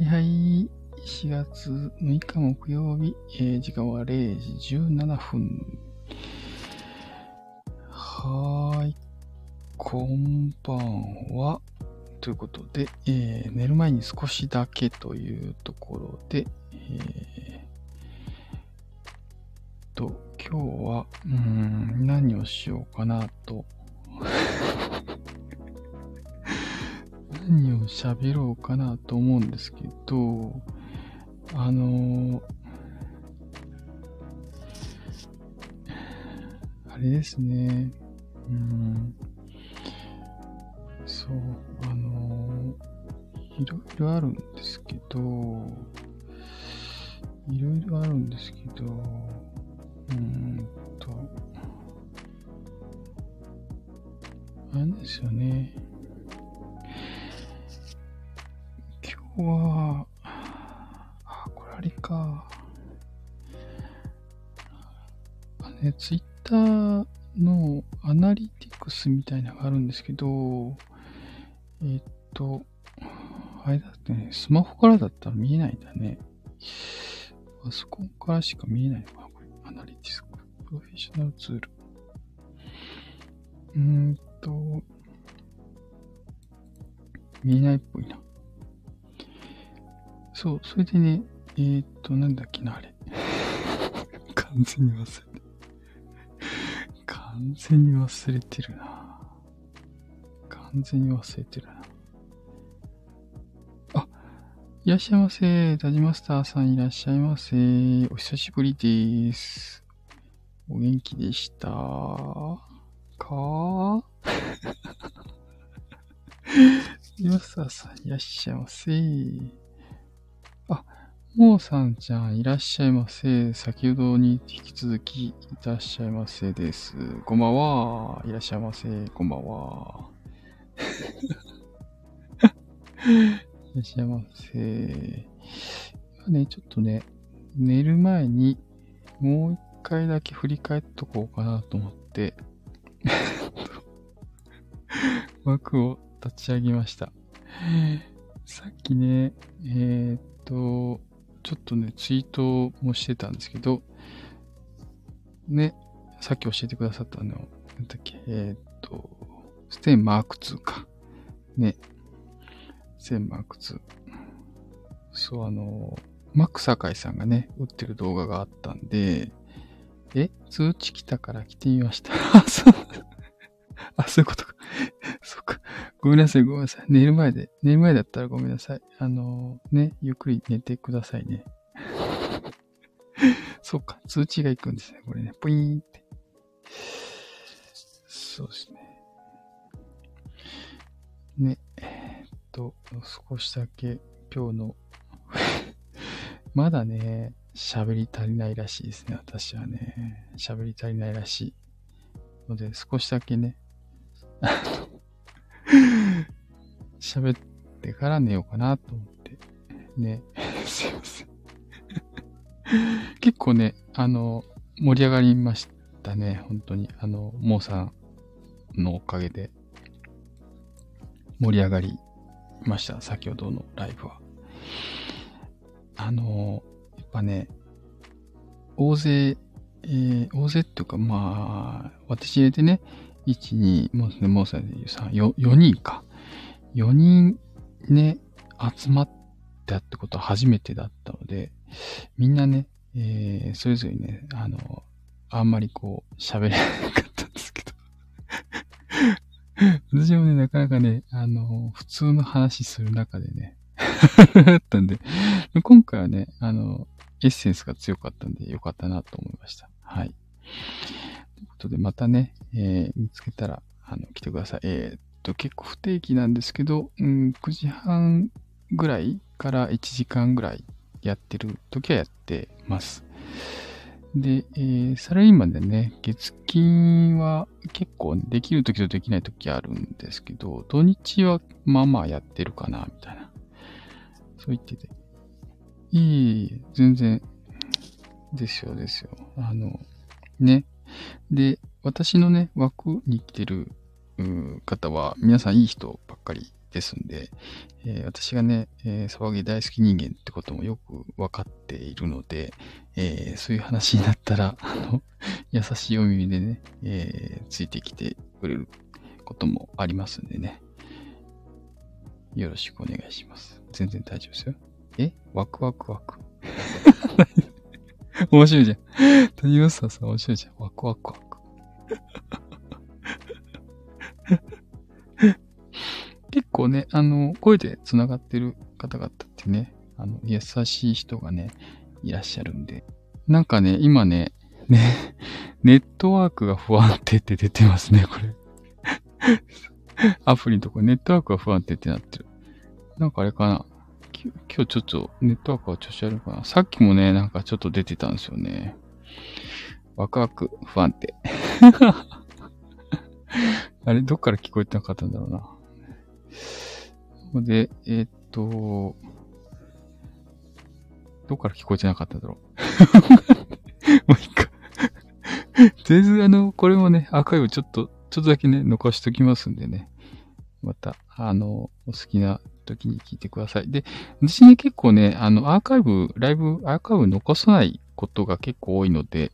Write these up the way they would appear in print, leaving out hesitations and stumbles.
はい。4月6日木曜日、時間は0時17分。こんばんは。ということで、寝る前に少しだけというところで、今日は、何をしようかなと。何を喋ろうかなと思うんですけど、あれですね。そう、いろいろあるんですけど、あれですよね。今日は、これあれか。ツイッターのアナリティクスみたいなのがあるんですけど、あれだってね、スマホからだったら見えないんだね。パソコンからしか見えないのかな、これ。アナリティクス。プロフェッショナルツール。見えないっぽいな。そう、それでね、なんだっけな、あれ。完全に忘れてるな。いらっしゃいませ。タジマスターさんいらっしゃいませ。お久しぶりです。お元気でしたか？タジマスターさんいらっしゃいませ。モーさんちゃんいらっしゃいませ。先ほどに引き続きいらっしゃいませです。こんばんは。いらっしゃいませ。こんばんは。いらっしゃいませ。ちょっとね、寝る前にもう一回だけ振り返っとこうかなと思って、枠を立ち上げました。さっきね、ちょっとね、ツイートもしてたんですけど、ね、さっき教えてくださったなんだっけ、ステンマーク2か。ね、ステンマーク2。そう、マック酒井さんがね、打ってる動画があったんで、通知来たから来てみました。そういうことか。そっか。ごめんなさい。寝る前だったらごめんなさい。ゆっくり寝てくださいね。そうか。通知が行くんですね。これね。ポイーンって。そうですね。少しだけ今日のまだね、喋り足りないらしいですね。私はね。喋り足りないらしい。ので、少しだけね、喋ってから寝ようかなと思って。ね。すいません。結構ね、盛り上がりましたね。本当に。モーさんのおかげで盛り上がりました。先ほどのライブは。やっぱね、大勢っていうか、私入れてね、1、2、モーさんで3、4人か。4人ね、集まったってことは初めてだったので、みんなね、それぞれね、あんまり喋れなかったんですけど。私もね、なかなかね、普通の話する中でね、だったんで、今回はね、エッセンスが強かったんでよかったなと思いました。はい。ということで、またね、見つけたら、来てください。結構不定期なんですけど、9時半ぐらいから1時間ぐらいやってる時はやってます。で、サラリーマンでね、月金は結構できる時とできない時あるんですけど、土日はまあまあやってるかな、みたいな。そう言ってて。いい、全然、ですよ。ね。で、私のね、枠に来てる方は、皆さんいい人ばっかりですんで、私がね、騒ぎ大好き人間ってこともよくわかっているので、そういう話になったら、優しいお耳でね、ついてきてくれることもありますんでね。よろしくお願いします。全然大丈夫ですよ。ワクワクワク。面白いじゃん。谷本さん面白いじゃん。ワクワクワク。結構ね、声で繋がってる方々ってね、優しい人がね、いらっしゃるんで。なんかね、今ね、ネットワークが不安定って出てますね、これ。アプリのとこネットワークが不安定ってなってる。なんかあれかな。今日ちょっとネットワークは調子悪いかな。さっきもね、なんかちょっと出てたんですよね。ワクワク不安定。あれ、どっから聞こえてなかったんだろうな。で、どっから聞こえてなかったんだろう。もういいか。とりあえず、これもね、アーカイブちょっとだけね、残しときますんでね。また、お好きな時に聞いてください。で、私ね、結構ね、アーカイブ残さないことが結構多いので、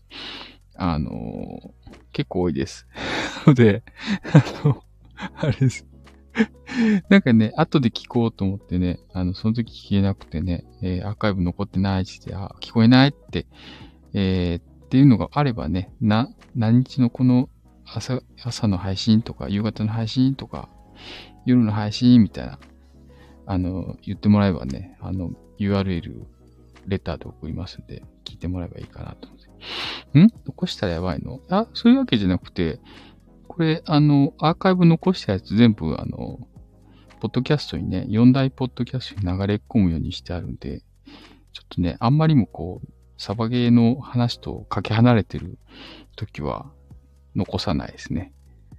結構多いです。ので、あれです。なんかね、後で聞こうと思ってね、その時聞けなくてね、アーカイブ残ってないって言って、聞こえないって、っていうのがあればね、何日のこの朝の配信とか、夕方の配信とか、夜の配信みたいな、言ってもらえばね、URL、レターで送りますんで、聞いてもらえばいいかなと思って。残したらやばいの？そういうわけじゃなくて、これ、アーカイブ残したやつ全部、ポッドキャストにね、4大ポッドキャストに流れ込むようにしてあるんで、ちょっとね、あんまりもこう、サバゲーの話とかけ離れてる時は残さないですね。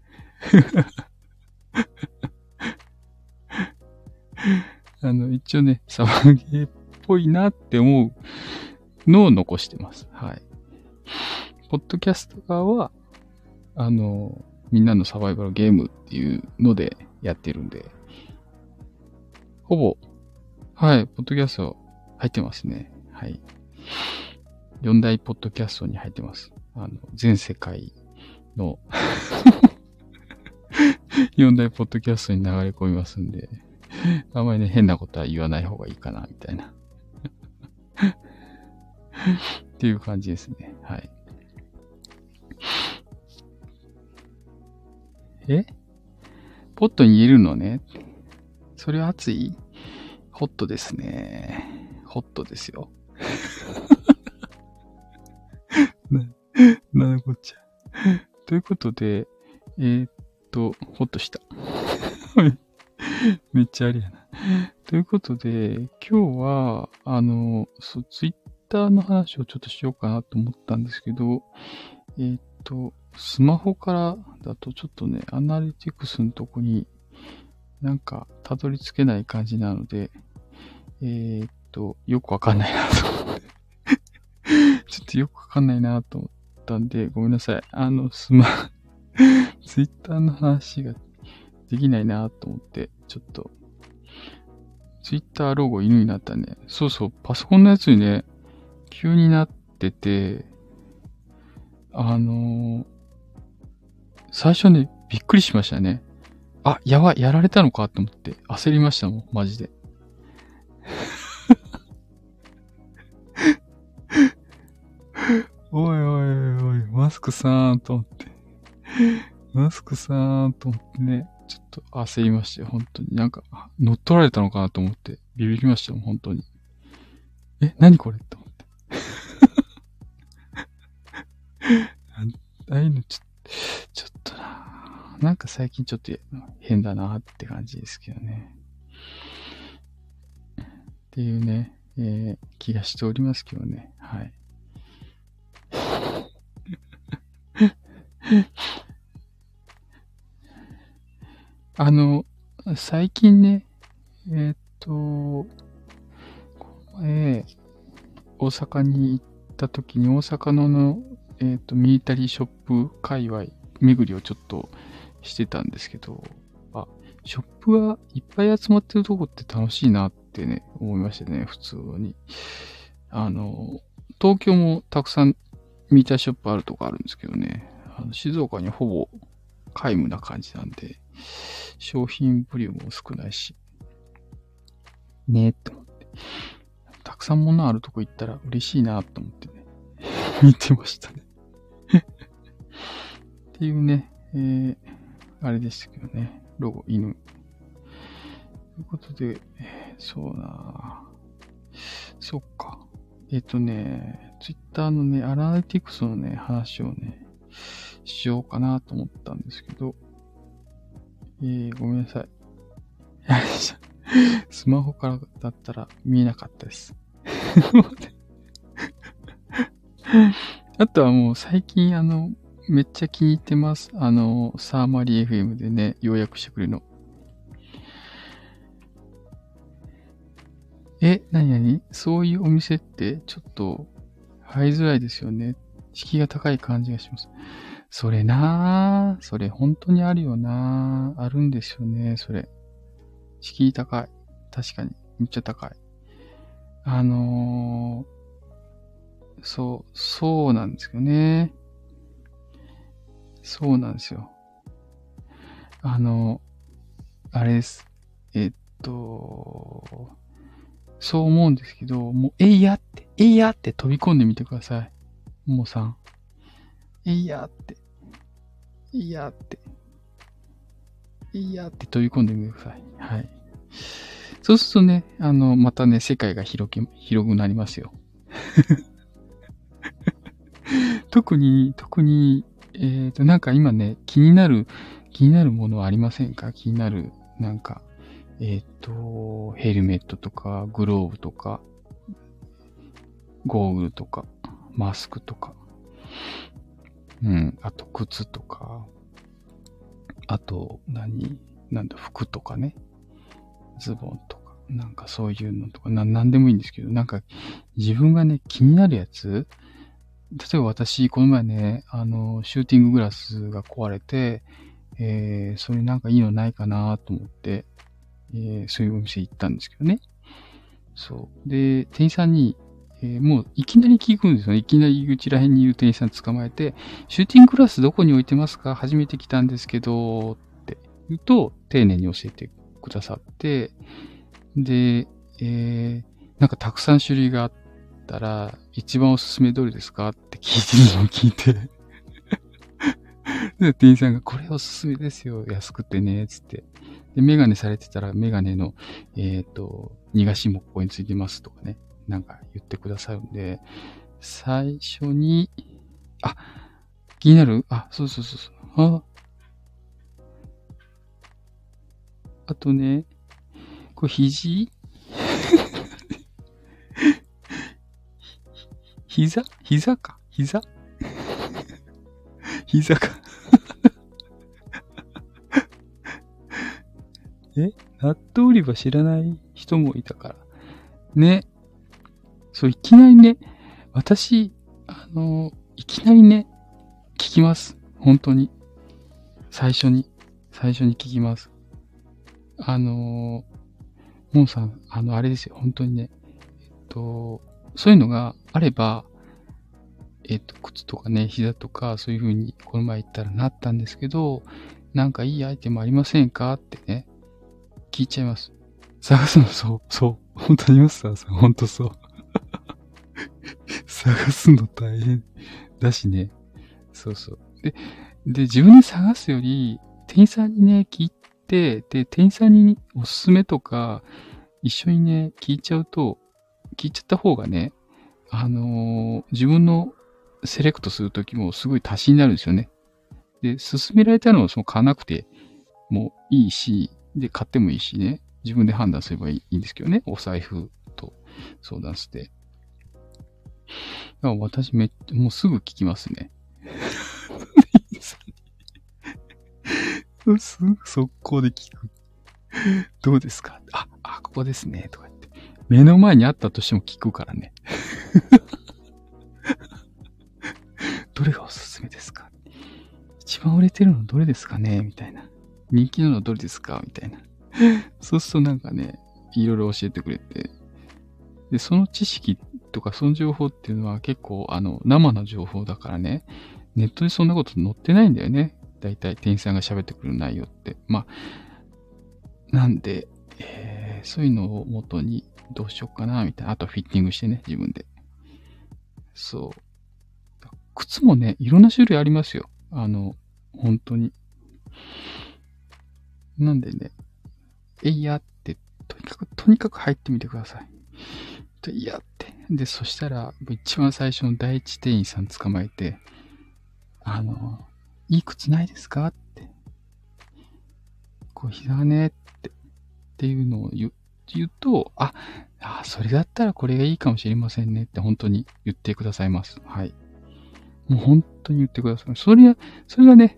一応ね、サバゲーっぽいなって思うのを残してます。はい。ポッドキャスト側は、みんなのサバイバルゲームっていうのでやってるんで、ほぼ、はい、ポッドキャスト入ってますね。はい。4大ポッドキャストに入ってます。全世界の4大ポッドキャストに流れ込みますんで、あんまりね、変なことは言わない方がいいかな、みたいな。っていう感じですね。はい。ポットに入れるのね。それは熱い？ホットですね。ホットですよ。なるこっちゃ。ということで、ホッとした。めっちゃありやな。ということで、今日は、ツイッターの話をちょっとしようかなと思ったんですけど、スマホからだとちょっとね、アナリティクスのとこになんかたどり着けない感じなので、よくわかんないなと思って。ちょっとよくわかんないなと思ったんで、ごめんなさい。ツイッターの話ができないなと思って、ちょっと、ツイッターロゴ犬になったね。そうそう、パソコンのやつにね、急になってて、最初ね、びっくりしましたね。やばい、やられたのかと思って、焦りましたもん、マジで。おいおいおい、マスクさーんと思って。マスクさーんと思ってね、ちょっと焦りましたよ、本当に。なんか、乗っ取られたのかなと思って、ビビりましたもん、本当に。何これって思って。ああいうのちょっとな、なんか最近ちょっと変だなって感じですけどね。っていうね、気がしておりますけどね。はい。最近ね、大阪に行った時に大阪のミリタリーショップ界隈巡りをちょっとしてたんですけど、 ショップがいっぱい集まってるとこって楽しいなってね、思いましたね、普通に。東京もたくさんミーターショップあるとこあるんですけどね、静岡にほぼ皆無な感じなんで、商品ボリュームも少ないし、ねえって思って。たくさん物あるとこ行ったら嬉しいなと思ってね、見てましたね。っていうね、あれでしたけどね、ロゴ、犬。ということで、そうなそっか。ツイッターのね、アナリティクスのね、話をね、しようかなと思ったんですけど、ごめんなさい。スマホからだったら見えなかったです。あとはもう最近めっちゃ気に入ってます。サーマリー FM でね、要約してくれるの。なにそういうお店ってちょっと入りづらいですよね。敷居が高い感じがします。それそれ本当にあるよあるんですよね、それ。敷居高い。確かに。めっちゃ高い。そうなんですよね。そうなんですよ。あれです。そう思うんですけど、もう、えいやって飛び込んでみてください。ももさん。えいやって、えいやって、えいやって飛び込んでみてください。はい。そうするとね、またね、世界が広くなりますよ。特に、なんか今ね、気になるものはありませんか？気になる、なんか、ヘルメットとか、グローブとか、ゴーグルとか、マスクとか、あと靴とか、あと服とかね、ズボンとか、なんかそういうのとか、なんでもいいんですけど、なんか自分がね、気になるやつ、例えば私、この前ね、シューティンググラスが壊れて、それなんかいいのないかなと思って、そういうお店行ったんですけどね。そう。で、店員さんに、もういきなり聞くんですよね。いきなり入り口ら辺にいる店員さん捕まえて、シューティンググラスどこに置いてますか？初めて来たんですけど、って言うと、丁寧に教えてくださって、で、なんかたくさん種類があったら、一番おすすめどれですかって聞いてるのを聞いてで、店員さんがこれおすすめですよ。安くてね、つって。で、メガネされてたら、メガネの、逃がしもここについてますとかね。なんか言ってくださるんで、最初に、あ、気になる？そう。あとね、これ肘膝か膝か納豆売り場知らない人もいたから。ね。そう、いきなりね、私、いきなりね、聞きます。本当に。最初に聞きます。モンさん、あれですよ。本当にね。そういうのがあれば、靴とかね、膝とか、そういう風に、この前言ったらなったんですけど、なんかいいアイテムありませんかってね、聞いちゃいます。探すの、そう。本当にマスターさん、本当そう。探すの大変だしね。そう。で、自分で探すより、店員さんにね、聞いて、で、店員さんにおすすめとか、一緒にね、聞いちゃった方がね、自分のセレクトするときもすごい足しになるんですよね。で、勧められたのを買わなくてもいいし、で、買ってもいいしね、自分で判断すればいいんですけどね、お財布と相談して。だから私もうすぐ聞きますね。すぐ速攻で聞く。どうですか？ここですね。とか言って。目の前にあったとしても聞くからね。どれがおすすめですか？一番売れてるのどれですかねみたいな。 人気なのどれですかみたいな。そうするとなんかね、いろいろ教えてくれて。で、その知識とかその情報っていうのは結構生の情報だからね、ネットにそんなこと載ってないんだよね。だいたい店員さんが喋ってくる内容って。まあ、なんで、そういうのを元にどうしようかな、みたいな。あとフィッティングしてね、自分で。そう。靴もね、いろんな種類ありますよ。本当に。なんでね、いやって、とにかく入ってみてください。いやって。で、そしたら、一番最初の第一店員さん捕まえて、いい靴ないですかって。こう、膝がね、っていうのを言うと、それだったらこれがいいかもしれませんねって本当に言ってくださいます。はい。もう本当に言ってください。それがね、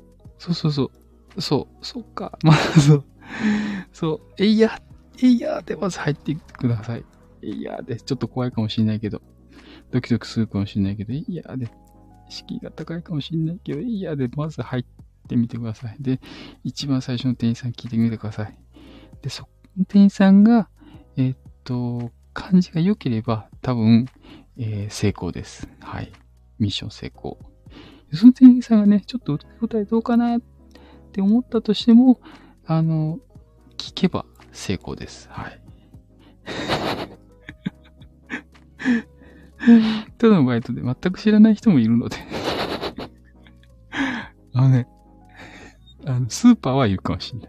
そうか。まあ、えいやでまず入ってください。えいやで、ちょっと怖いかもしれないけど、ドキドキするかもしれないけど、いやで、敷居が高いかもしれないけど、いやで、まず入ってみてください。で、一番最初の店員さん聞いてみてください。で、その店員さんが、感じが良ければ、多分、成功です。はい。ミッション成功。その店員さんがね、ちょっと受け答えどうかなって思ったとしても、聞けば成功です。はい。ただのバイトで全く知らない人もいるのでスーパーはいるかもしれない。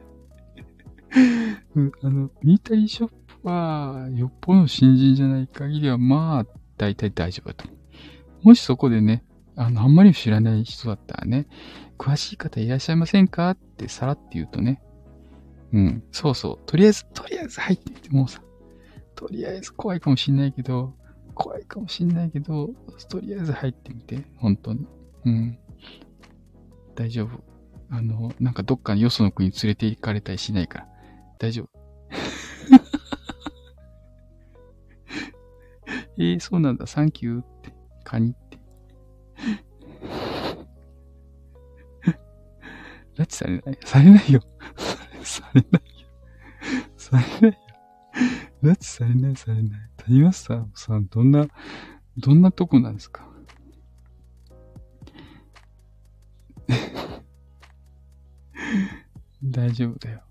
ミリタリーショップは、よっぽどの新人じゃない限りは、まあ、大体大丈夫だと思う。もしそこでね、あんまり知らない人だったらね、詳しい方いらっしゃいませんかってさらって言うとね、そうそう、とりあえず入ってみて、もうさ、とりあえず怖いかもしんないけど、とりあえず入ってみて、本当に。大丈夫。なんかどっかによその国連れて行かれたりしないから、大丈夫。そうなんだ、サンキューって、カニって。拉致されない。されないよ。されないよ。拉致されない。谷松さん、どんなとこなんですか？大丈夫だよ。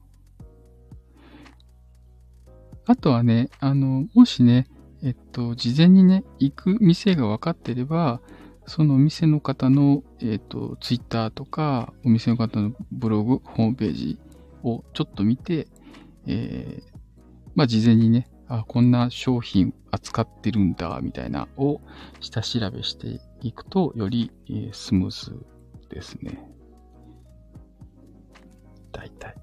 あとはね、もしね、事前にね、行く店が分かってれば、そのお店の方の、ツイッターとか、お店の方のブログ、ホームページをちょっと見て、事前にね、こんな商品扱ってるんだ、みたいなを下調べしていくと、より、スムーズですね。大体。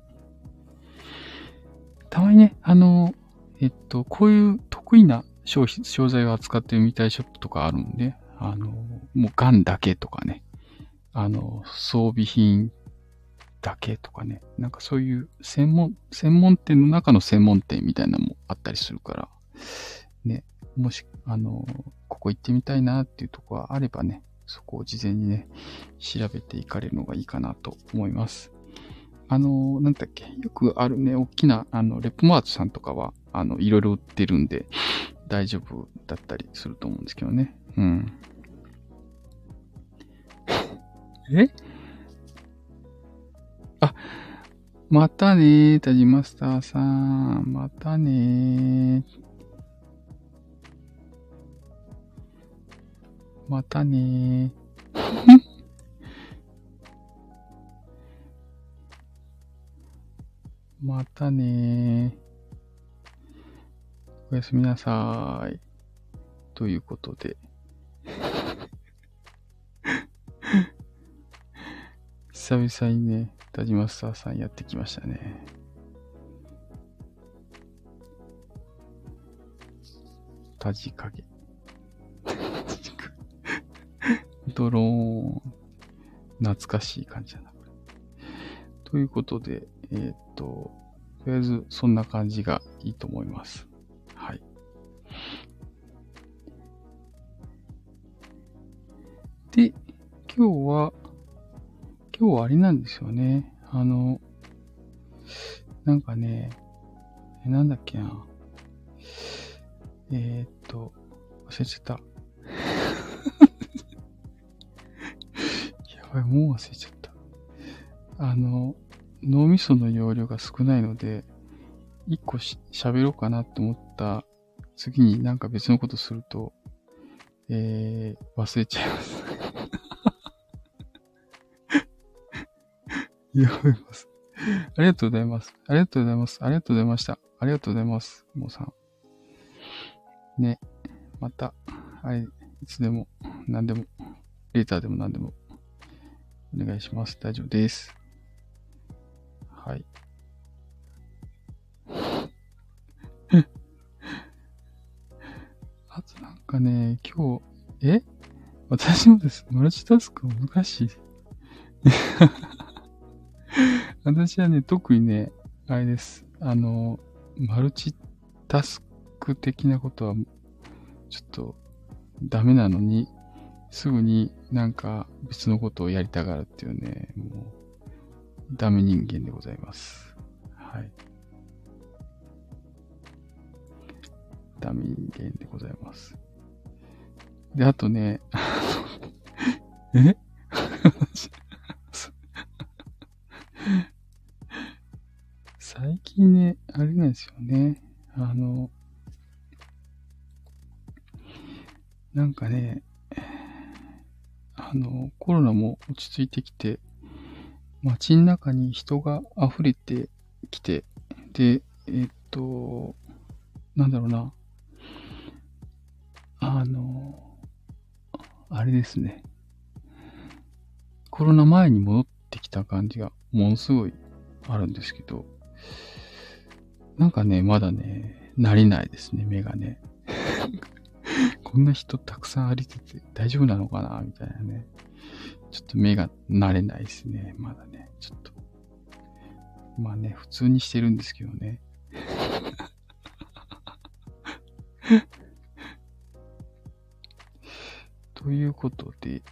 たまにね、こういう得意な商材を扱ってるみたいショップとかあるんで、もうガンだけとかね、装備品だけとかね、なんかそういう専門店の中の専門店みたいなのもあったりするから、ね、もし、ここ行ってみたいなっていうところがあればね、そこを事前にね、調べていかれるのがいいかなと思います。なんだっけ、よくあるね、大きな、レポマートさんとかは、いろいろ売ってるんで、大丈夫だったりすると思うんですけどね。うん。またねー、タジマスターさん。またねー。またねー。またねー。おやすみなさーい。ということで。久々にね、タジマスターさんやってきましたね。タジカゲ。ドローン。懐かしい感じだな、これ。ということで、とりあえずそんな感じがいいと思います。はい。で、今日はあれなんですよね。 なんかね、なんだっけな。忘れちゃった。やばい、もう忘れちゃった。脳みその容量が少ないので、一個喋ろうかなと思った次になんか別のことすると、忘れちゃいます。やばいます。ありがとうございます。ありがとうございます。ありがとうございました。ありがとうございます。もうさん。ね。また、いつでも、何でも、レーターでも何でも、お願いします。大丈夫です。はい。あとなんかね、今日、私もです。マルチタスク難しい。私はね、特にね、あれです。マルチタスク的なことは、ちょっと、ダメなのに、すぐになんか別のことをやりたがるっていうね、もう、ダメ人間でございます。はい。ダメ人間でございます。で、あとね、最近ね、あれなんですよね。なんかね、コロナも落ち着いてきて、街の中に人が溢れてきて、で、なんだろうな、あれですね。コロナ前に戻ってきた感じがものすごいあるんですけど、なんかね、まだね、慣れないですね、目がね。こんな人たくさん歩いてて大丈夫なのかなみたいなね。ちょっと目が慣れないですね、まだね。ちょっと。まあね、普通にしてるんですけどね。ということで、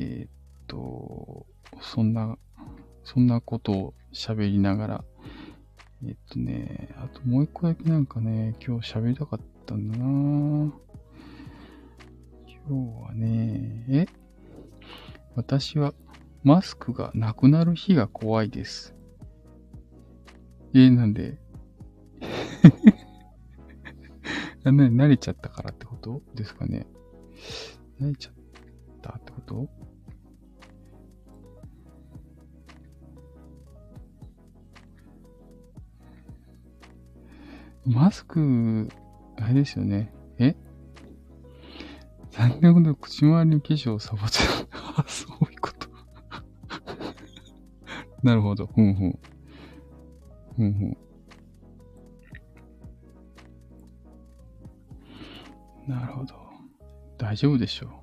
そんなことを喋りながら、あともう一個だけなんかね、今日喋りたかったんだなぁ。今日はね、私はマスクがなくなる日が怖いです。なんで慣れちゃったからってことですかね。慣れちゃったってこと？マスク、あれですよね。3年ほど口周りの化粧をサボってた。そういうこと。なるほど。ふんふん。ふんふん。なるほど。大丈夫でしょう。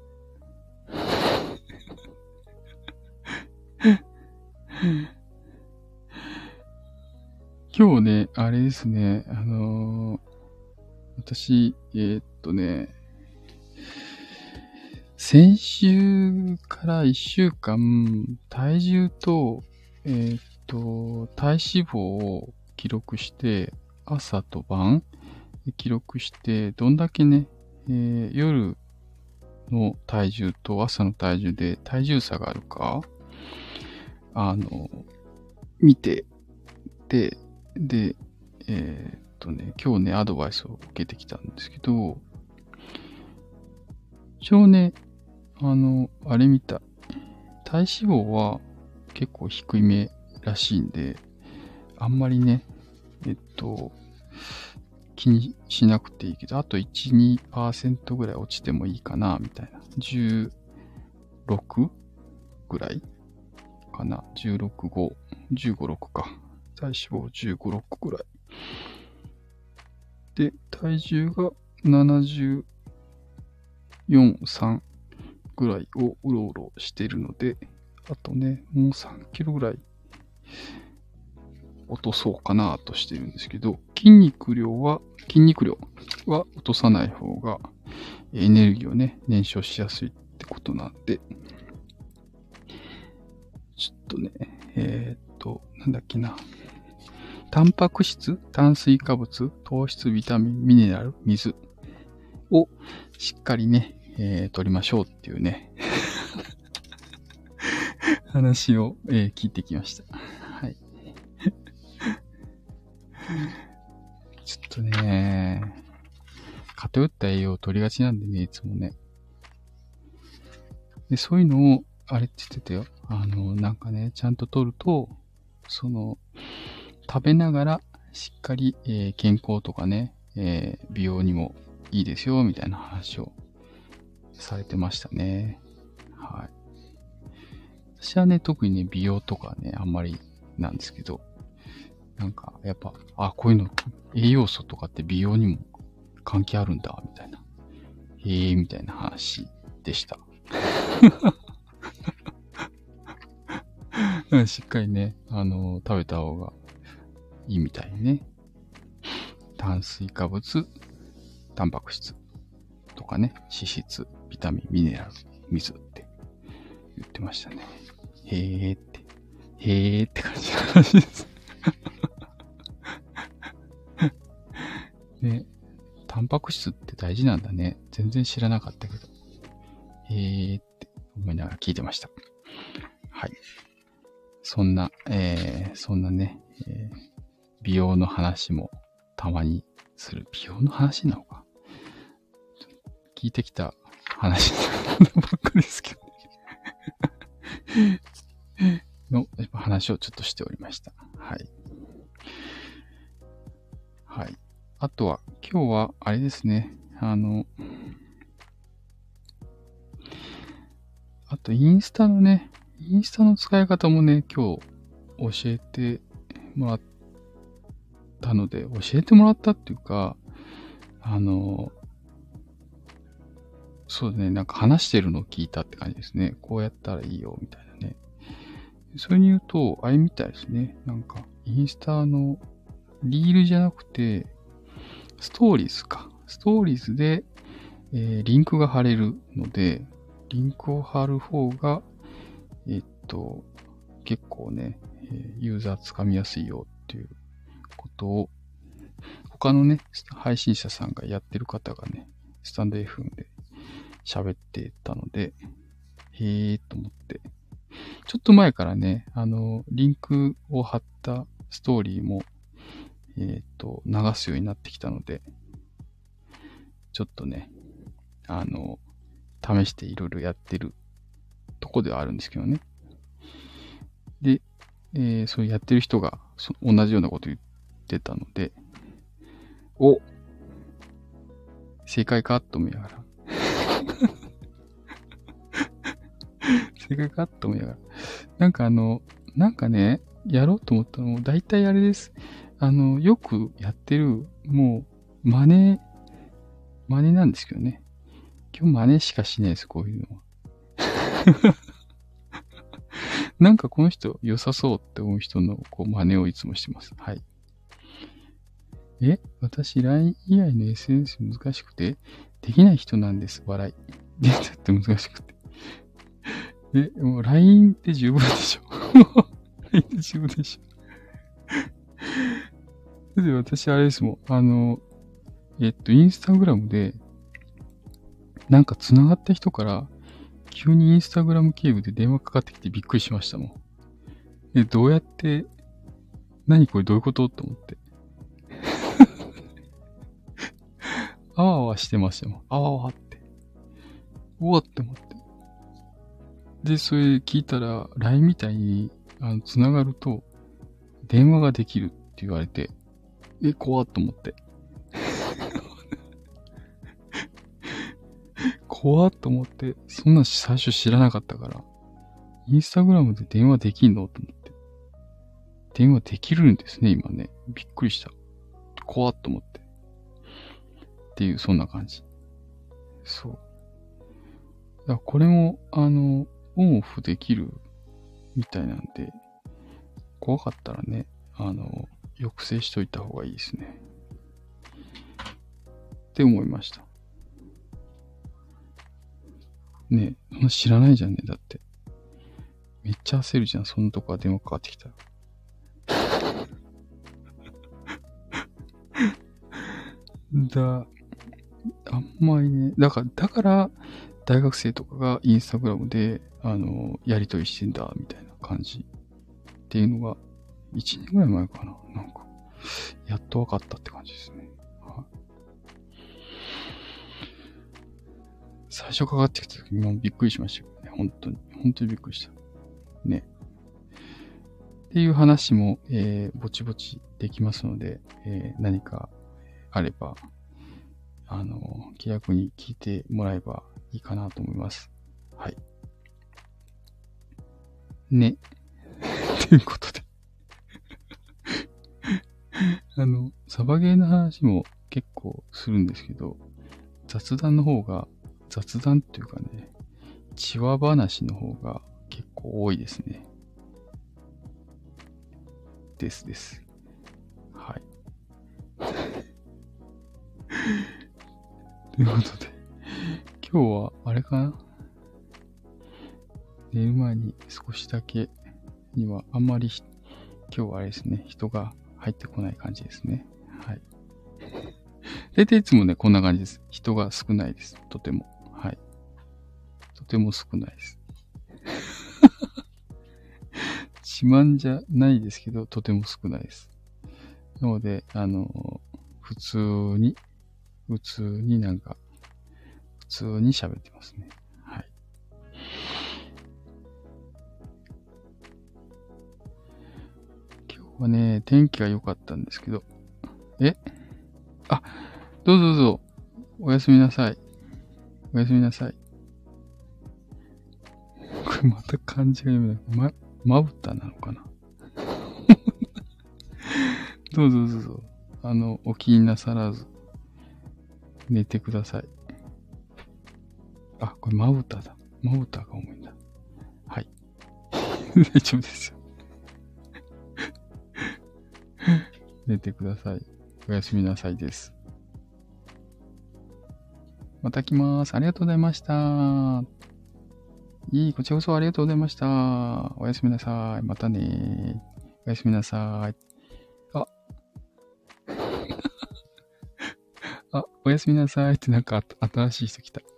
今日ね、あれですね、私、先週から1週間、体重と、体脂肪を記録して、朝と晩記録して、どんだけね、夜の体重と朝の体重で体重差があるか、見て、で、今日ね、アドバイスを受けてきたんですけど、一応ね、あれ見た。体脂肪は結構低いめらしいんで、あんまりね、気にしなくていいけど、あと1、2% ぐらい落ちてもいいかな、みたいな。16ぐらいかな。16、5、15、6か。体脂肪15、6ぐらい。で、体重が74、3ぐらいをうろうろしてるので、あとね、もう3キロぐらい落とそうかなとしてるんですけど、筋肉量は落とさない方がエネルギーをね、燃焼しやすいってことなんで、ちょっとね、なんだっけな。 タンパク質、炭水化物、糖質、ビタミン、ミネラル、水をしっかりね、取りましょうっていうね、話を、聞いてきました。はい。ちょっとね、偏った栄養を取りがちなんでね、いつもね。で、そういうのを、あれって言ってたよ。なんかね、ちゃんと取ると、食べながらしっかり、健康とかね、美容にもいいですよ、みたいな話をされてましたね。はい。私はね、特にね、美容とかね、あんまりなんですけど、なんか、やっぱ、こういうの、栄養素とかって美容にも関係あるんだ、みたいな。みたいな話でした。しっかりね、食べた方がいいみたいね。炭水化物、タンパク質とかね、脂質、ビタミン、ミネラル、水って言ってましたね。へーって感じの話です。ね、タンパク質って大事なんだね。全然知らなかったけど。って思いながら聞いてました。はい。そんなね、美容の話もたまにする。美容の話なのか。聞いてきた話ばっかりですけどの話をちょっとしておりました。はい。はい。あとは、今日は、あれですね。あと、インスタの使い方もね、今日教えてもらったので、教えてもらったっていうか、そうね、なんか話してるのを聞いたって感じですね。こうやったらいいよ、みたいなね。それに言うと、あれみたいですね。なんか、インスタのリールじゃなくて、ストーリーズか。ストーリーズで、リンクが貼れるので、リンクを貼る方が、結構ね、ユーザーつかみやすいよっていうことを、他のね、配信者さんがやってる方がね、スタンド FM で喋ってたので、へーと思って、ちょっと前からね、リンクを貼ったストーリーも、流すようになってきたので、ちょっとね、試していろいろやってるとこではあるんですけどね。で、そうやってる人が同じようなこと言ってたので、正解かと思いながら。正解かと思いながら。なんかね、やろうと思ったのも、大体あれです。よくやってる、もう、真似なんですけどね。今日真似しかしないです、こういうのは。なんかこの人良さそうって思う人の真似をいつもしてます。はい。私 LINE 以外の SNS 難しくて、できない人なんです、笑い。だって難しくて。もう LINE って十分でしょ。LINE って十分でしょ。で、私あれですもん。インスタグラムで、なんか繋がった人から、急にインスタグラム経由で電話かかってきてびっくりしましたもん。どうやって、何これどういうことと思って。あわあわしてましたもん。あわわって。うわって思って。で、それ聞いたら、LINE みたいに、繋がると、電話ができるって言われて、怖っと思って。怖っと思って、そんな最初知らなかったから、インスタグラムで電話できんのと思って。電話できるんですね、今ね。びっくりした。怖っと思って。っていう、そんな感じ。そう。だからこれも、オンオフできるみたいなんで、怖かったらね、抑制しといた方がいいですね。って思いました。ねえ、そんな知らないじゃんね、だって。めっちゃ焦るじゃん、そんなとこは電話かかってきたら。 あんまりね、だから、大学生とかがインスタグラムで、やりとりしてんだ、みたいな感じっていうのが、1年ぐらい前かな。なんか、やっと分かったって感じですね。はい、最初かかってきた時もびっくりしましたけどね。本当にびっくりした。ね。っていう話も、ぼちぼちできますので、何かあれば、気楽に聞いてもらえばいいかなと思います。はい。ね。ということで。サバゲーの話も結構するんですけど、雑談の方が、雑談っていうかね、チワ話の方が結構多いですね。です。はい。ということで、今日はあれかな？寝る前に少しだけにはあんまり今日はあれですね、人が入ってこない感じですね。はい。大体いつもね、こんな感じです。人が少ないです。とても。はい。とても少ないです。自慢じゃないですけど、とても少ないです。なので、普通に喋ってますね。はい。今日はね、天気が良かったんですけど、どうぞ、おやすみなさい。おやすみなさい。これまた漢字が読めない。まぶたなのかなどうぞ。お気になさらず、寝てください。あ、これまぶただ。まぶたが重いんだ。はい。大丈夫ですよ。寝てください。おやすみなさいです。また来ます。ありがとうございました。こちらこそありがとうございました。おやすみなさい。またね。おやすみなさい。おやすみなさいってなんか新しい人来た。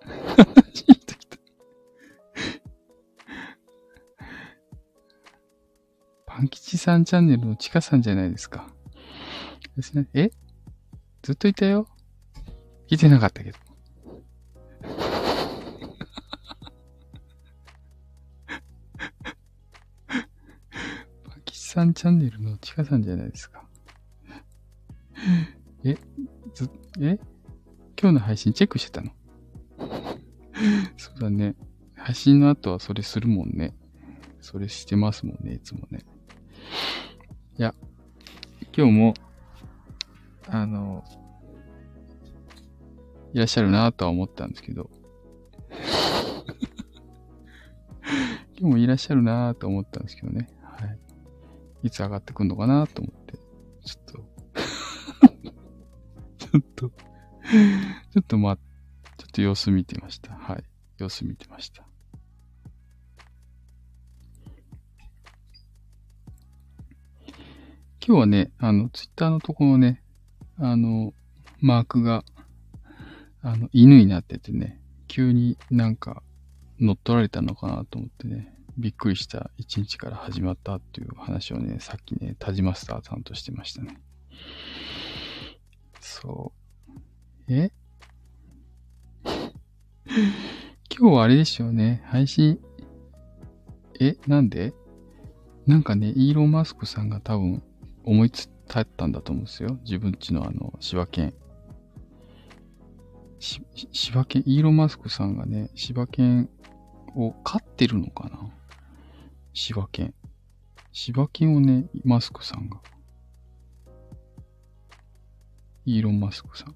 パン吉さんチャンネルのちかさんじゃないですか。ですね。ずっといたよ。聞いてなかったけど。パン吉さんチャンネルのちかさんじゃないですか。今日の配信チェックしてたの？そうだね。配信の後はそれするもんね。それしてますもんね、いつもね。いや、今日も、いらっしゃるなとは思ったんですけど、今日もいらっしゃるなと思ったんですけどね。はい。いつ上がってくんのかなと思って、ちょっと様子見てました。はい。様子見てました。今日はね、ツイッターのところね、マークが、犬になっててね、急になんか乗っ取られたのかなと思ってね、びっくりした一日から始まったっていう話をね、さっきね、タジマスターさんとしてましたね。そう。今日はあれでしょうね、配信、なんで？なんかね、イーロン・マスクさんが多分思いつったんだと思うんですよ。自分ちの柴犬。柴犬、イーロン・マスクさんがね、柴犬を飼ってるのかな？柴犬。柴犬をね、マスクさんが。イーロン・マスクさん。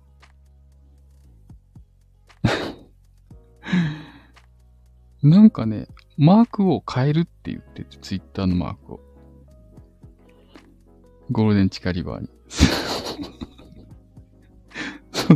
なんかね、マークを変えるって言ってて、ツイッターのマークを。ゴールデンチカリバーに。そう。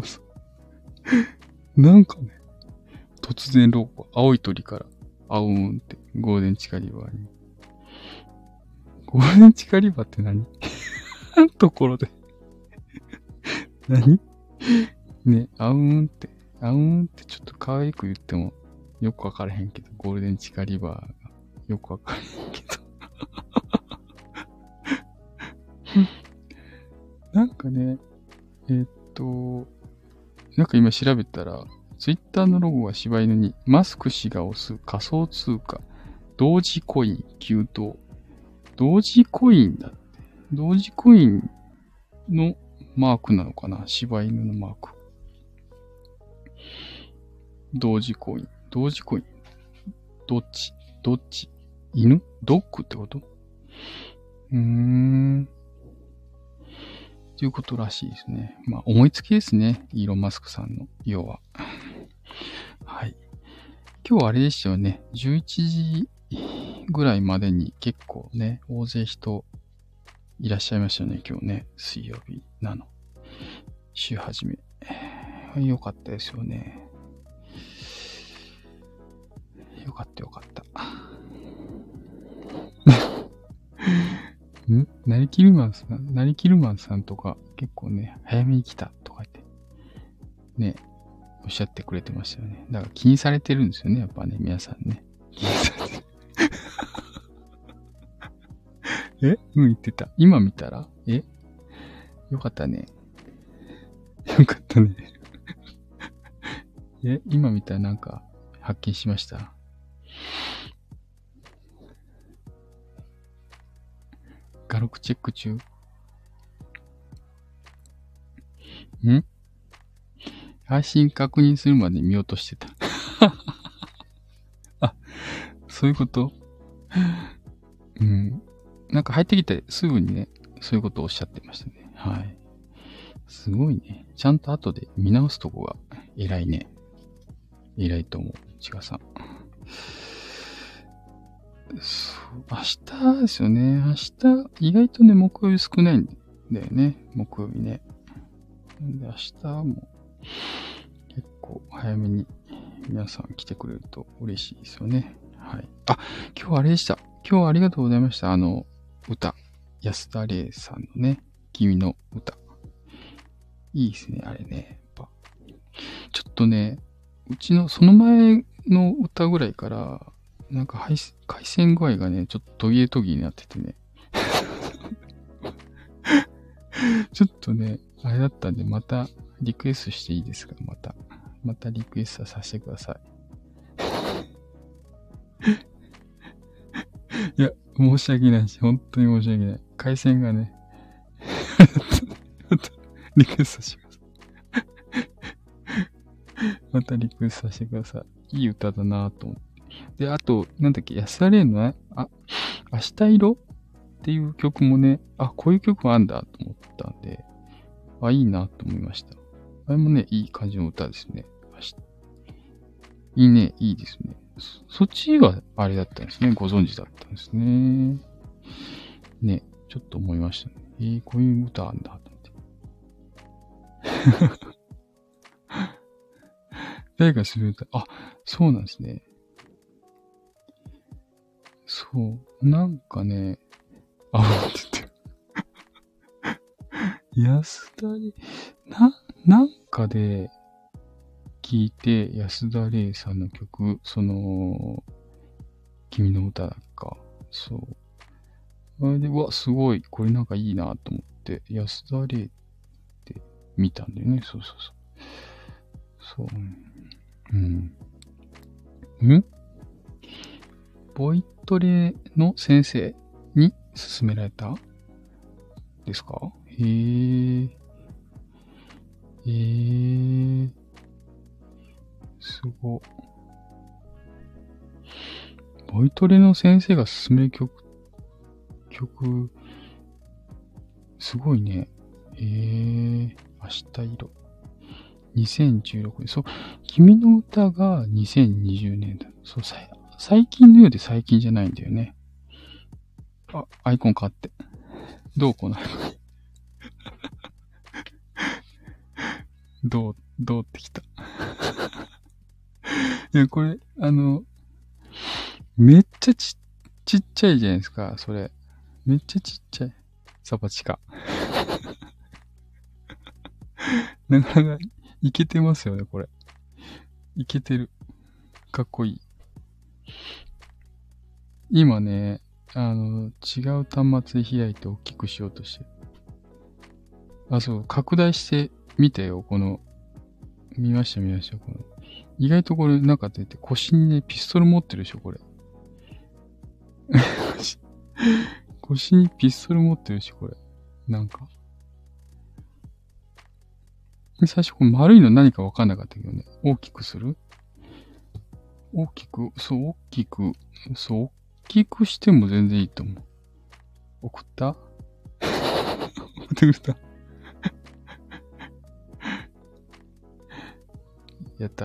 なんかね、突然ロゴ、青い鳥から、青うんって、ゴールデンチカリバーに。ゴールデンチカリバーって何ところで。何ね、あうんってちょっと可愛く言ってもよくわからへんけど、ゴールデンチカリバーがよくわからへんけど。なんかね、なんか今調べたら、ツイッターのロゴが柴犬に、マスク氏が推す仮想通貨、同時コイン急騰。同時コインだって。同時コインのマークなのかな、柴犬のマーク。同時コイン。同時コイン。どっち犬ドッグってことということらしいですね。まあ、思いつきですね。イーロン・マスクさんの、要は。はい。今日はあれでしたよね。11時ぐらいまでに結構ね、大勢人いらっしゃいましたね。今日ね、水曜日なの。週始め。よかったですよね。よかった。なりきるマンさんとか結構ね、早めに来たとか言って、ね、おっしゃってくれてましたよね。だから気にされてるんですよね、やっぱね、皆さんね。気にされてる。言ってた。今見たらよかったね。よかったね。今見たらなんか発見しました。画録チェック中。配信確認するまで見落としてた。あ、そういうことなんか入ってきてすぐにね、そういうことをおっしゃってましたね。はい。すごいね。ちゃんと後で見直すとこが偉いね。偉いと思う。ちがさん。そう、明日ですよね。明日、意外とね、木曜日少ないんだよね。木曜日ね。なんで明日も結構早めに皆さん来てくれると嬉しいですよね。はい。あ、今日はあれでした。今日はありがとうございました。歌。安田玲さんのね、君の歌。いいですね、あれね。やっぱちょっとね、うちのその前の歌ぐらいから、なんか回線具合がね、ちょっと途切れになっててね。ちょっとね、あれだったんで、またリクエストしていいですか？またリクエストさせてください。いや、申し訳ないし、本当に申し訳ない。回線がね、またリクエストします。またリクエストさせてください。いい歌だなぁと思って。で、あと、なんだっけ、安田玲のね、明日色っていう曲もね、こういう曲もあんだと思ったんで、いいなと思いました。あれもね、いい感じの歌ですね。いいね、いいですね。そっちはあれだったんですね。ご存知だったんですね。ね、ちょっと思いましたね。こういう歌あんだと思って。誰かする歌、そうなんですね。そう、なんかね、って言って。安田で、なんかで聞いて、安田玲さんの曲、君の歌だっか。そう。あれで、すごい、これなんかいいなと思って、安田玲って見たんだよね。そう。そう。ボイトレの先生に勧められたですか？すご。ボイトレの先生が勧める曲、すごいね。明日色。2016年。そう、君の歌が2020年だ。そう、最近のようで最近じゃないんだよね。アイコン変わって。どうこのアイコン。どうってきた。いや、これ、めっちゃちっちゃいじゃないですか、それ。めっちゃちっちゃい。サバチカ。 なかなかいけてますよね、これ。いけてる。かっこいい。今ね、違う端末で開いて大きくしようとしてる。あ、そう、拡大してみてよ、見ました。意外とこれ、なんか出て、腰にね、ピストル持ってるでしょ、これ。腰にピストル持ってるし、これ。なんか。最初、これ丸いの何かわかんなかったけどね。大きくする大きくしても全然いいと思う。送った送ってくれたやった。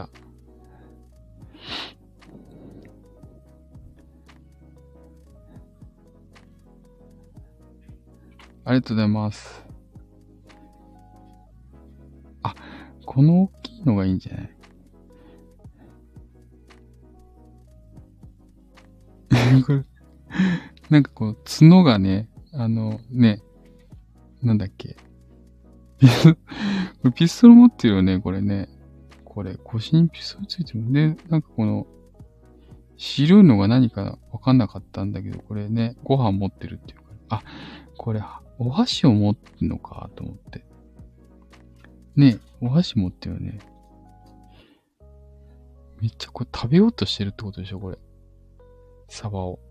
ありがとうございます。あ、この大きいのがいいんじゃないこれなんかこう、角がね、なんだっけ。ピストル持ってるよね、これね。これ、腰にピストルついてる。で、なんかこの、白いのが何かわかんなかったんだけど、これね、ご飯持ってるっていうか。あ、これ、お箸を持ってんのかと思って。ね、お箸持ってるよね。めっちゃこれ食べようとしてるってことでしょ、これ。サバを。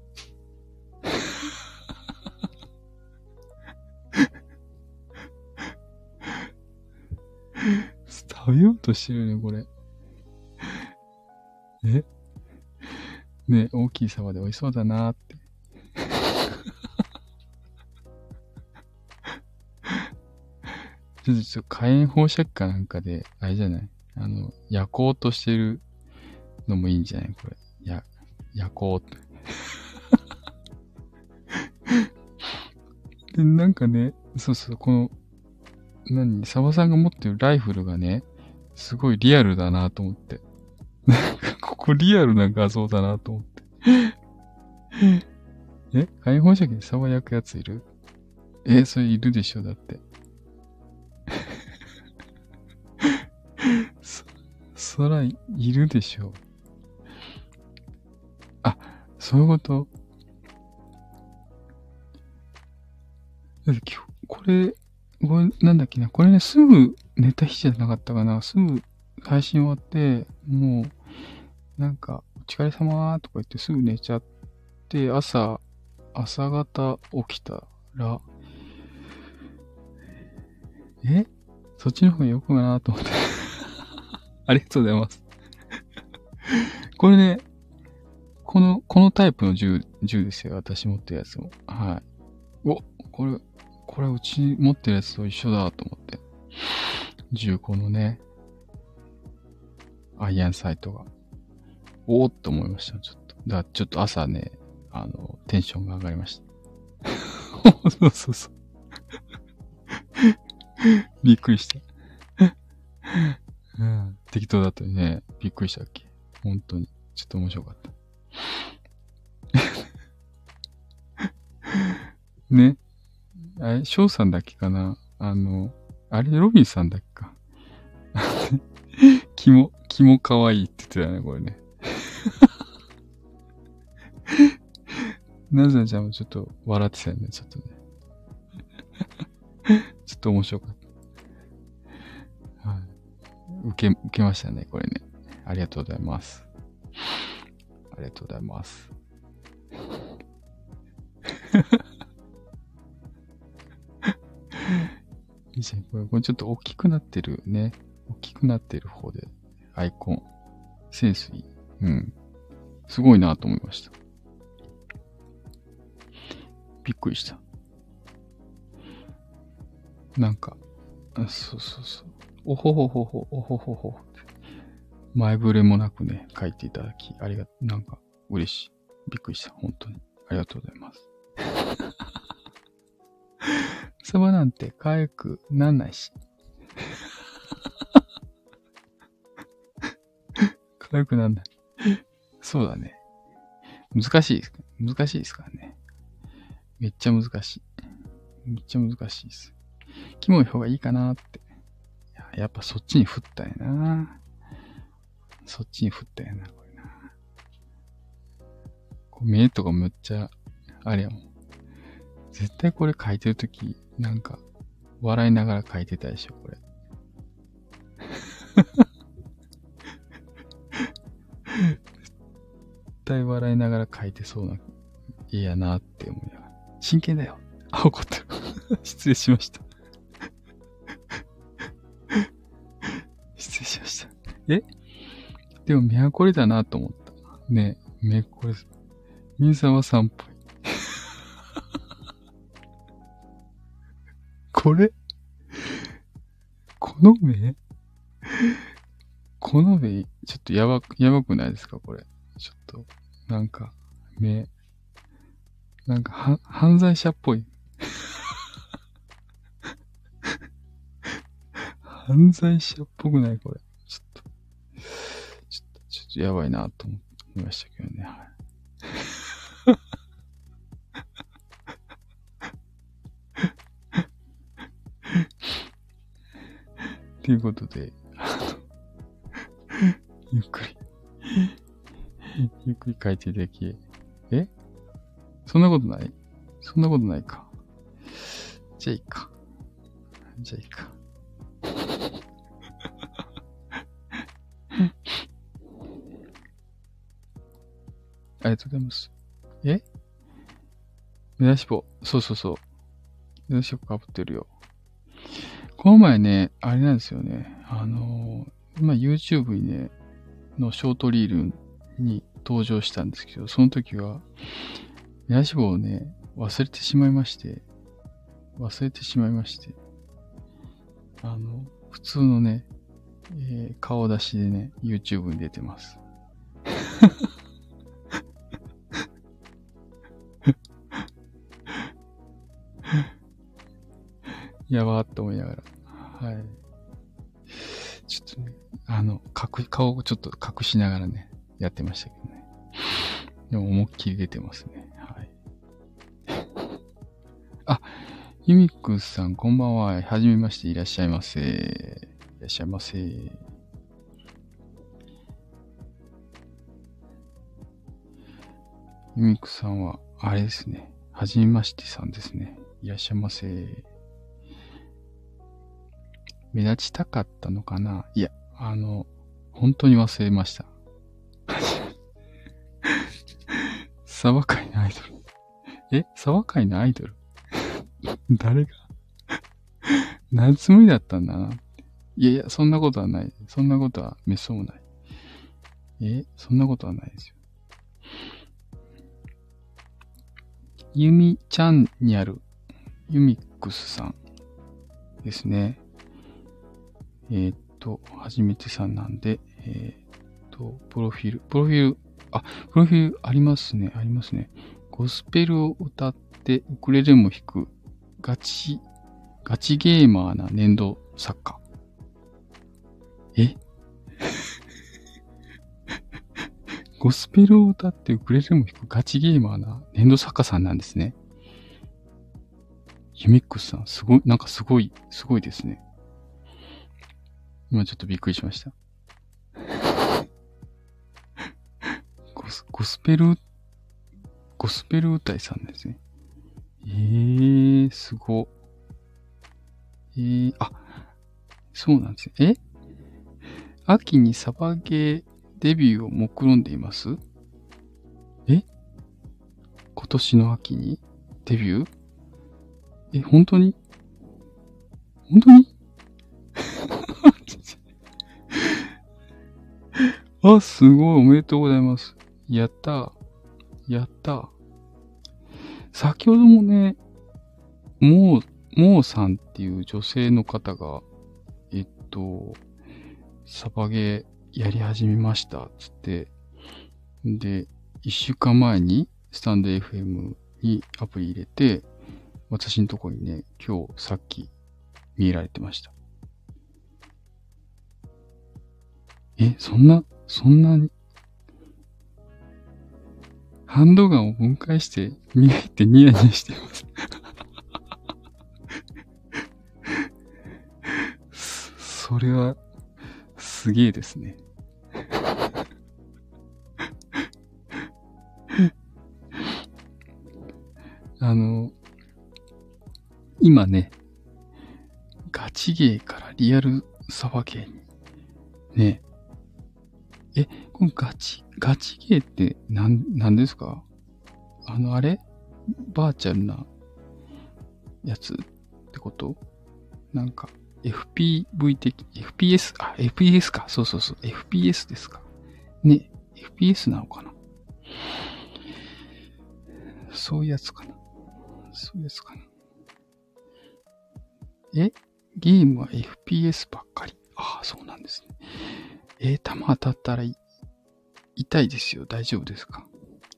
食べようとしてるよね、これ。ね、大きいサバで美味しそうだなーって。ちょっと火炎放射器かなんかで、あれじゃない焼こうとしてるのもいいんじゃないこれ。焼こうって。で、なんかね、そうそう、サバさんが持ってるライフルがね、すごいリアルだなと思って。ここリアルな画像だなと思って。火炎放射器でサバ焼くやついるそれいるでしょ、だって。そら、いるでしょ。あ、そういうことこれなんだっけな。これね、すぐ寝た日じゃなかったかな。すぐ配信終わって、もう、なんか、お疲れ様とか言ってすぐ寝ちゃって、朝方起きたら、そっちの方がよくかなと思って。ありがとうございます。これね、このタイプの銃ですよ。私持ってるやつも。はい。これうち持ってるやつと一緒だと思って。このね、アイアンサイトが。おーって思いました、ちょっと。ちょっと朝ね、テンションが上がりました。そう。びっくりした。うん、適当だったね。びっくりしたっけ。本当に。ちょっと面白かった。ね。翔さんだっけかなあれ、ロビンさんだっけか。気も可愛いって言ってたよね、これね。なずなちゃんもちょっと笑ってたよね、ちょっとね。ちょっと面白かった。はい。受けましたね、これね。ありがとうございます。ありがとうございます。いいじゃん。これちょっと大きくなってるね。大きくなってる方で、アイコン。センスいい。うん。すごいなと思いました。びっくりした。なんか、そう。おほほほほ、おほほほ。前触れもなくね、書いていただき、なんか、嬉しい。びっくりした。本当に。ありがとうございます。サバなんて可愛くなんないし。可愛くなんない。そうだね。難しいですからね。めっちゃ難しいです。キモい方がいいかなって。いや、 やっぱそっちに振ったんやな。そっちに振ったんやな、これな。目とかむっちゃ、あれやもん。絶対これ書いてるとき、なんか、笑いながら書いてたでしょ、これ。絶対笑いながら書いてそうな絵やなって思いながら。真剣だよ。あ、怒ってる。失礼しました。失礼しました。でも目はこれだなと思った。ねえ、目これ、水沢さんっぽい。これこの目この目、ちょっとやばくないですかこれ。ちょっと、なんか、目、なんか、犯罪者っぽい。犯罪者っぽくないこれ。ちょっとやばいなと思いましたけどね。はい。ということで、ゆっくり書いていただき、そんなことないか。じゃあいいか。ありがとうございます。目出し帽。そう。目出し帽被ってるよ。この前ね、あれなんですよね。今 YouTube にね、のショートリールに登場したんですけど、その時は、目出し帽をね、忘れてしまいまして、普通のね、顔出しでね、YouTube に出てます。やばーって思いながら。はい。ちょっとね、顔をちょっと隠しながらね、やってましたけどね。でも思いっきり出てますね。はい。あ、ユミックスさん、こんばんは。はじめまして、いらっしゃいませ。いらっしゃいませ。ユミックスさんは、あれですね。はじめましてさんですね。いらっしゃいませ。目立ちたかったのかないや、本当に忘れました。沢界のアイドル。沢界のアイドル誰が何つもりだったんだな。いや、そんなことはない。そんなことはめっそうもない。そんなことはないですよ。ユミチャンにあるユミックスさんですね。初めてさんなんで、プロフィールありますね。ゴスペルを歌ってウクレレも弾くガチゲーマーな粘土作家。ゴスペルを歌ってウクレレも弾くガチゲーマーな粘土作家さんなんですね。ユミックスさん、すごいですね。今ちょっとびっくりしました。ゴスペル歌いさんですね。すご。そうなんですね。秋にサバゲーデビューを目論んでいます？今年の秋にデビュー？本当にあ、すごい、おめでとうございます。やったー。先ほどもね、もうさんっていう女性の方が、サバゲーやり始めました、つって。で、1週間前にスタンド FM にアプリ入れて、私のところにね、今日さっき見られてました。そんなにハンドガンを分解して磨いてニヤニヤしています。 それは、すげえですね。今ね、ガチゲーからリアルサバゲーに。ね。このガチゲーってなんですか？あれバーチャルなやつってこと？なんか、FPV 的、FPS か。そう。FPS ですか。ね。FPS なのかな？そういうやつかな。ゲームは FPS ばっかり。ああ、そうなんですね。弾当たったら痛いですよ。大丈夫ですか？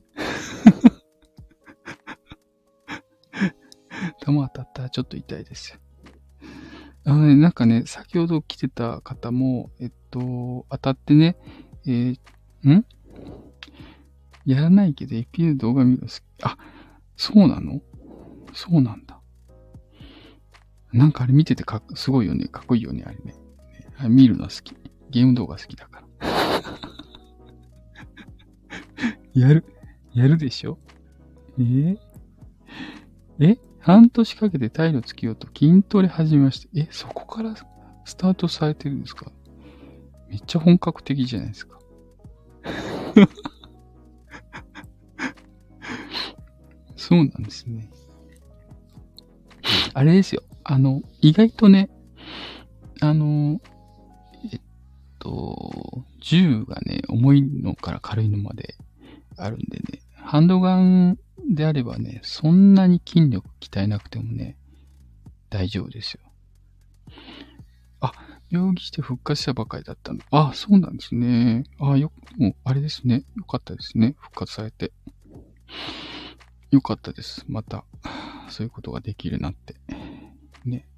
弾当たったらちょっと痛いですよ。なんかね、先ほど来てた方も、当たってね、やらないけど FPS 動画見るの好き。あ、そうなの？そうなんだ。なんかあれ見ててすごいよね。かっこいいよね、あれね。見るの好き。ゲーム動画好きだから。やるでしょ？半年かけて体力つけようと筋トレ始めました。そこからスタートされてるんですか？めっちゃ本格的じゃないですか。そうなんですね。あれですよ。意外とね、銃がね、重いのから軽いのまであるんでね、ハンドガンであればね、そんなに筋力鍛えなくてもね、大丈夫ですよ。あ、病気して復活したばかりだったの。あ、そうなんですね。もう、あれですね。よかったですね。復活されて。よかったです。また、そういうことができるなって。ね。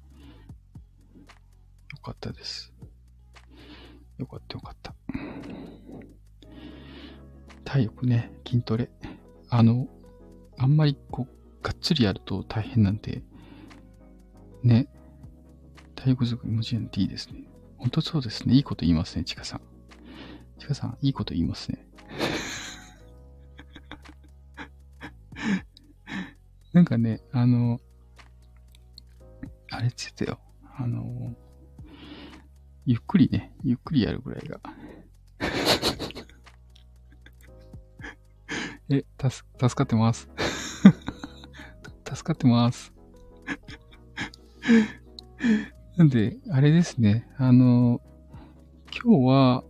よかったです。よかった。体力ね、筋トレ。あんまりがっつりやると大変なんで、ね。体力づくりもちろんいいですね。本当そうですね。いいこと言いますね、ちかさん。いいこと言いますね。なんかね、あれって言ってたよ。ゆっくりやるぐらいが。助かってます。助かってます。なんで、あれですね。今日は、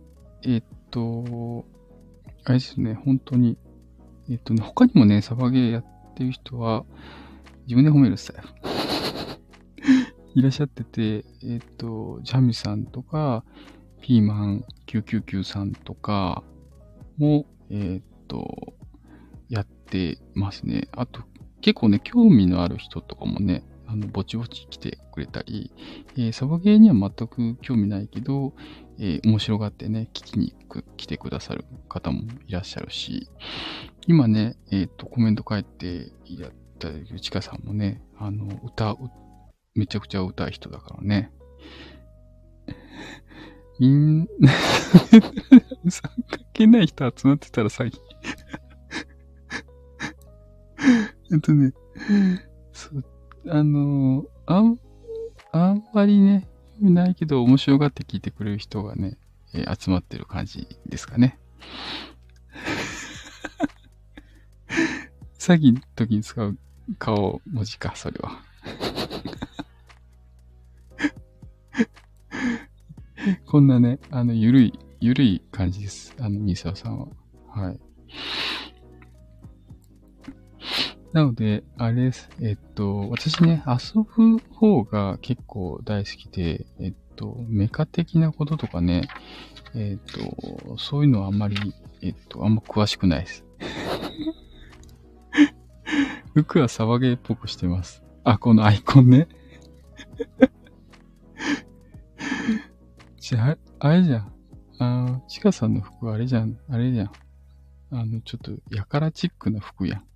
あれですね、本当に、他にもね、サバゲーやってる人は、自分で褒めるスタイル。いらっしゃってて、ジャミさんとか、ピーマン999さんとかも、やってますね。あと、結構ね、興味のある人とかもね、ぼちぼち来てくれたり、サバゲーには全く興味ないけど、面白がってね、聞きに来てくださる方もいらっしゃるし、今ね、コメント書いていらったちかさんもね、めちゃくちゃ歌う人だからね。関係ない人集まってたら詐欺。そう、あんまりね、興味ないけど面白がって聞いてくれる人がね、集まってる感じですかね。詐欺の時に使う顔文字か、それは。こんなね、ゆるい感じです。ミサオさんは。はい。なので、あれです。私ね、遊ぶ方が結構大好きで、メカ的なこととかね、そういうのはあんまり、あんま詳しくないです。服はサバゲーっぽくしてます。あ、このアイコンね。あれじゃん。チカさんの服あれじゃん。ちょっと、やからチックな服やん。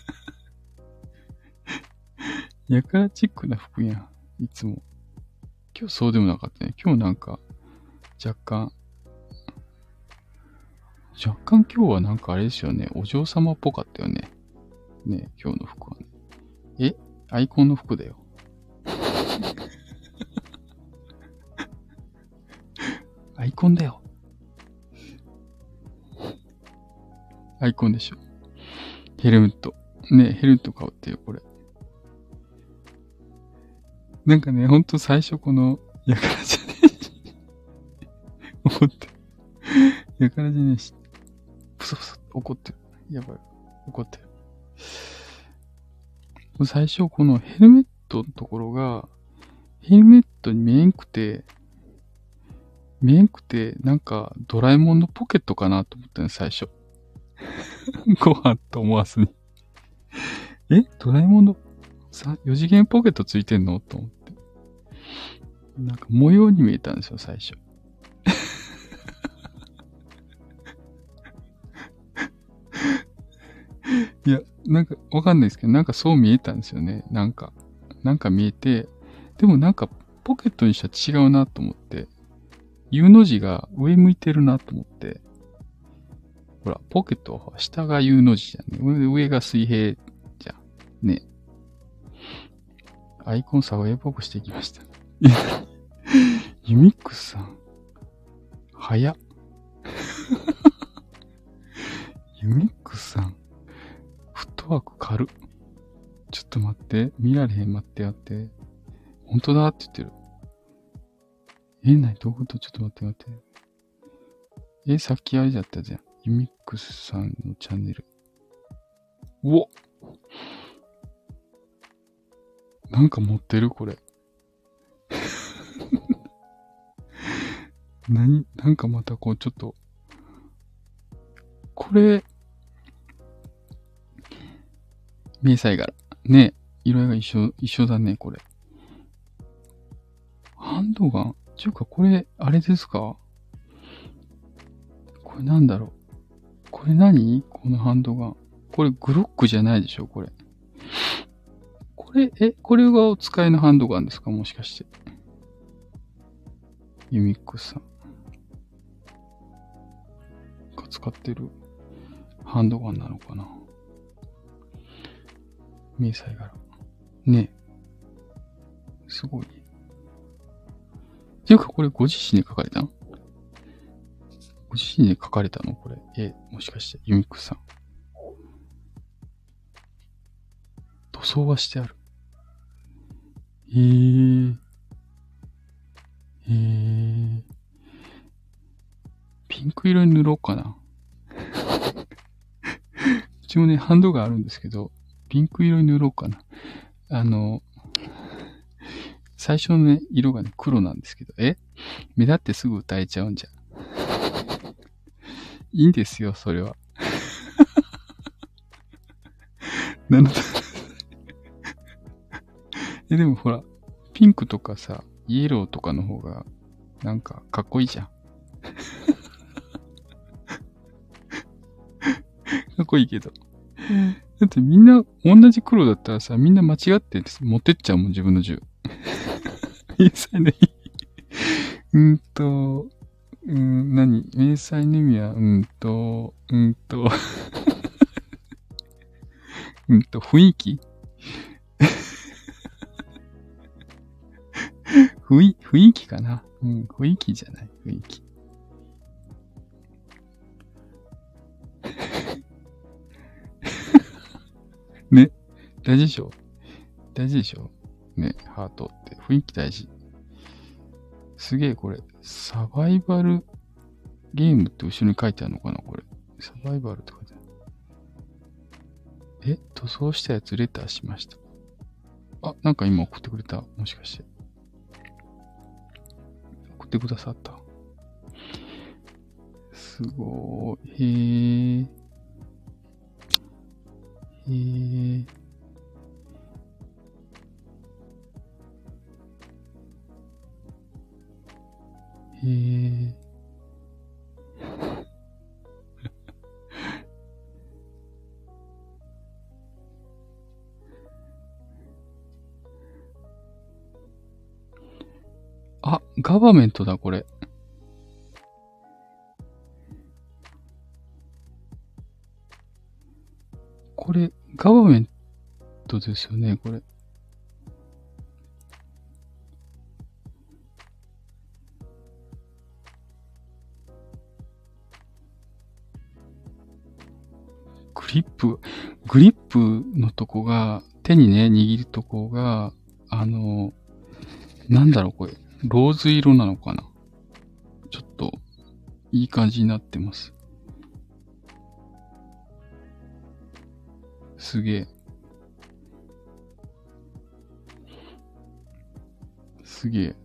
やからチックな服やん。いつも。 今日そうでもなかったね。今日なんか、若干今日はなんかあれですよね。お嬢様っぽかったよね。ね、今日の服はね。えアイコンの服だよ。アイコンだよ。アイコンでしょ。ヘルメット。ね、ヘルメット買うってよ、これ。なんかね、ほんと最初この、やからじゃねえ。怒って。やからじゃねえし。プソプソ怒ってる。やばい。怒ってる。最初このヘルメットのところが、ヘルメットに見えんくて、なんかドラえもんのポケットかなと思ったね、最初。ご飯と思わずに。ドラえもんの4次元ポケットついてんのと思って。なんか模様に見えたんですよ、最初。いや、なんかわかんないですけど、なんかそう見えたんですよね。なんか見えて、でもなんかポケットにしたら違うなと思って、U の字が上向いてるなと思って、ほら、ポケットは下が U の字じゃんね。上が水平じゃん。ね。アイコンサウェイっぽくしていきました。ユミックスさん。早っ。ユミックスさん。フットワーク軽っ。ちょっと待って。見られへん。待ってやって。本当だって言ってる。何どういうことちょっと待って。さっきあれだったじゃん。ユミックスさんのチャンネル。おなんか持ってるこれ。なんかまたこうちょっと。これ、迷彩柄。ね色合いが一緒だね、これ。ハンドガンちゅうか、これ、あれですかこれなんだろうこれ何このハンドガン。これグロックじゃないでしょこれ。これがお使いのハンドガンですかもしかして。ユミックスさん。が使ってるハンドガンなのかな迷彩柄。ねすごい。っていうか、これご自身で書かれたのご自身で書かれたのこれ。もしかして、ユミックスさん。塗装はしてある。ピンク色に塗ろうかな。うちもね、ハンドがあるんですけど、ピンク色に塗ろうかな。最初のね、色がね、黒なんですけど、目立ってすぐ歌えちゃうんじゃ。いいんですよ、それは。なので、でもほら、ピンクとかさ、イエローとかの方が、なんか、かっこいいじゃん。かっこいいけど。だってみんな、同じ黒だったらさ、みんな間違って持ってっちゃうもん、自分の銃。迷彩の意味。迷彩の意味は、雰囲気雰囲気かな雰囲気じゃない雰囲気。ね。大事でしょね。ハートって雰囲気大事。すげえこれ。サバイバルゲームって後ろに書いてあるのかなこれ。サバイバルって書いてある。塗装したやつレターしました。あ、なんか今送ってくれた。もしかして。送ってくださった。すごーい。へー。へー。 ガバメントだ、これ。これ、ガバメントですよね、これ。グリップのとこが、手にね、握るとこが、なんだろう、これ。ローズ色なのかな。ちょっと、いい感じになってます。すげえ。すげ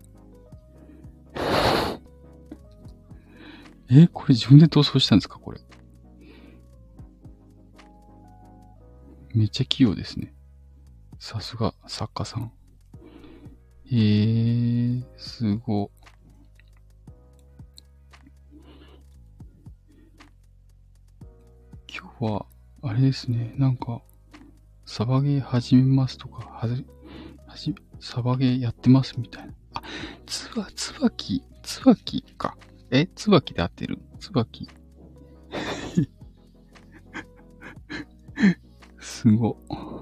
え。これ自分で塗装したんですか、これ。めっちゃ器用ですね。さすが、作家さん。すご。今日は、あれですね、なんか、サバゲー始めますとか、サバゲーやってますみたいな。あ、つばきか。つばきで合ってる？つばき。すご。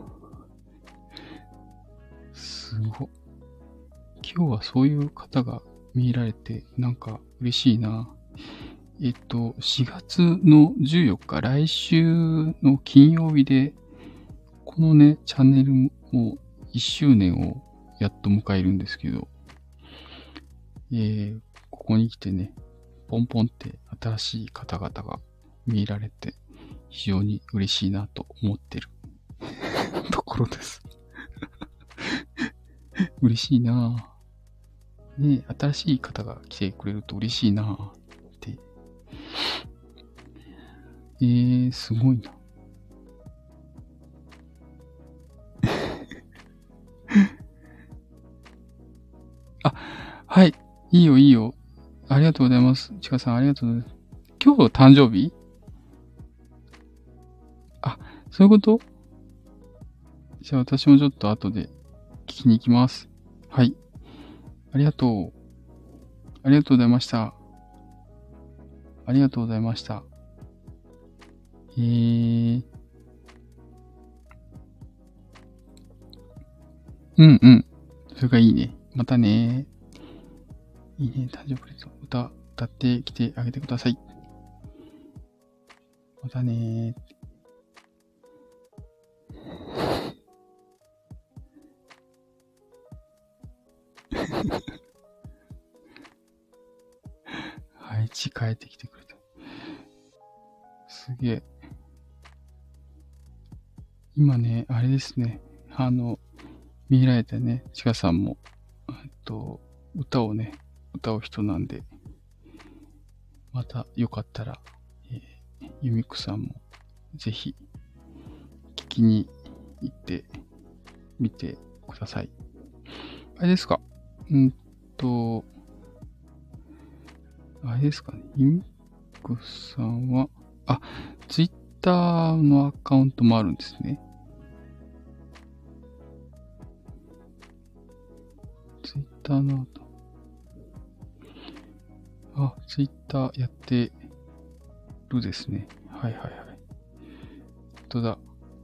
すご。今日はそういう方が見られて、なんか嬉しいな。4月の14日、来週の金曜日で、このね、チャンネルも1周年をやっと迎えるんですけど、ここに来てね、ポンポンって新しい方々が見られて、非常に嬉しいなと思ってるところです。嬉しいなぁ。ね、新しい方が来てくれると嬉しいなぁって。すごいな。あ、はい。いいよ、いいよ。ありがとうございます。ちかさん、ありがとうございます。今日誕生日？あ、そういうこと？じゃあ私もちょっと後で聞きに行きます。はい。ありがとう。ありがとうございました。ありがとうございました。うんうん。それがいいね。またね。いいね。誕生日プレゼント。歌ってきてあげてください。またね。はい、帰ってきてくれた。すげえ。今ね、あれですね。見られてね、ちかさんも、歌をね、歌う人なんで、またよかったら、ゆみくさんもぜひ聞きに行ってみてください。あれですか？あれですかね。ゆみくさんは、ツイッターのアカウントもあるんですね。ツイッターのツイッターやってるですね。はいはいはい。本当だ。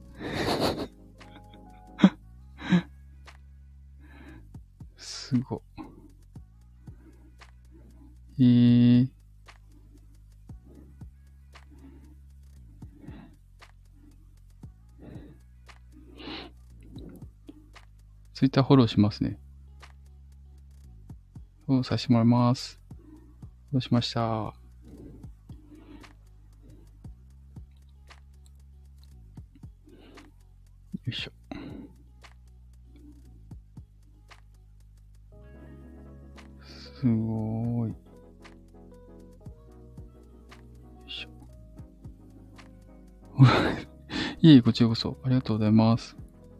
すご。ツイッターフォローしますね。フォローさせてもらいます。どうしました？よいしょ。すごーい。よいしょ。いえ、こちらこそありがとうございます。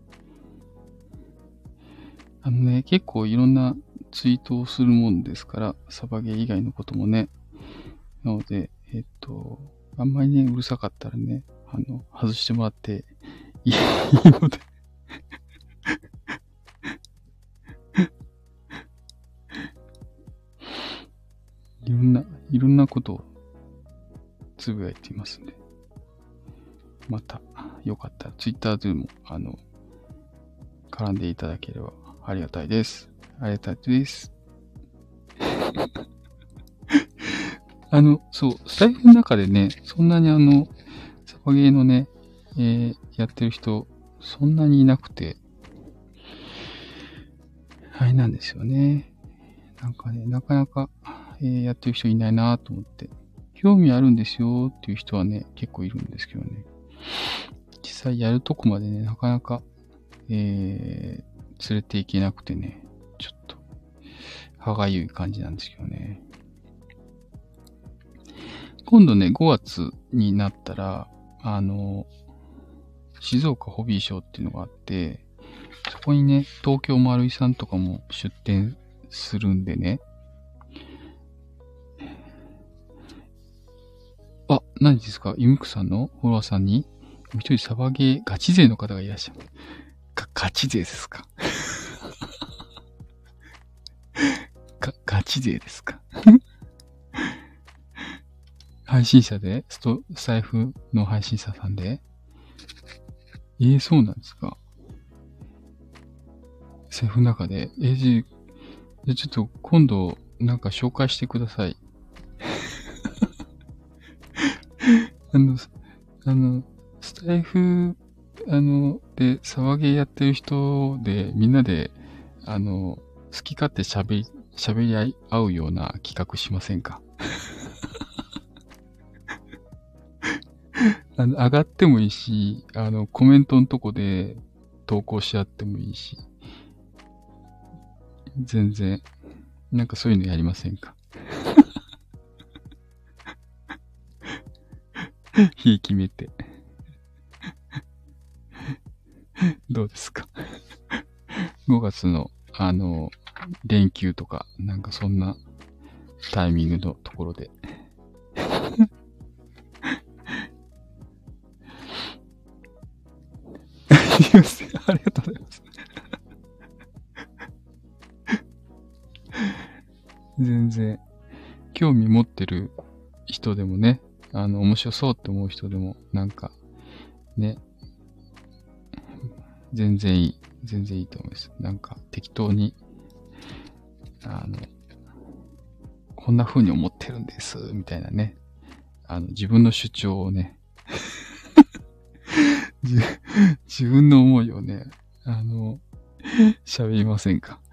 結構いろんなツイートをするもんですから、サバゲー以外のこともね。なので、あんまりね、うるさかったらね、外してもらっていいのでことをつぶやいていますんで、またよかったらツイッターでも絡んでいただければありがたいです。ありがたいです。そう、スタイフの中でね、そんなにサバゲーのね、やってる人、そんなにいなくて、あれなんですよね。なんかね、なかなか、やってる人いないなと思って、興味あるんですよっていう人はね、結構いるんですけどね。実際やるとこまでね、なかなか、連れて行けなくてね、ちょっと、歯がゆい感じなんですけどね。今度ね、5月になったら、静岡ホビーショーっていうのがあって、そこにね、東京丸井さんとかも出店するんでね。あ、何ですか？イムクさんのフォロワーさんに、もう一人サバゲーガチ勢の方がいらっしゃる。ガチ勢ですか？ガチ勢ですか？配信者でスタイフの配信者さんでそうなんですか？財布の中でじゃあちょっと今度なんか紹介してください。スタイフ、で、騒ぎやってる人で、みんなで、好き勝手喋り合うような企画しませんか？上がってもいいし、コメントのとこで投稿し合ってもいいし、全然、なんかそういうのやりませんか？日決めて。どうですか？ 5 月の、連休とか、なんかそんなタイミングのところで。ありがとうございます。全然、興味持ってる人でもね、面白そうって思う人でも、なんか、ね、全然いいと思います。なんか、適当に、こんな風に思ってるんです、みたいなね。自分の主張をね、自分の思いをね、喋りませんか？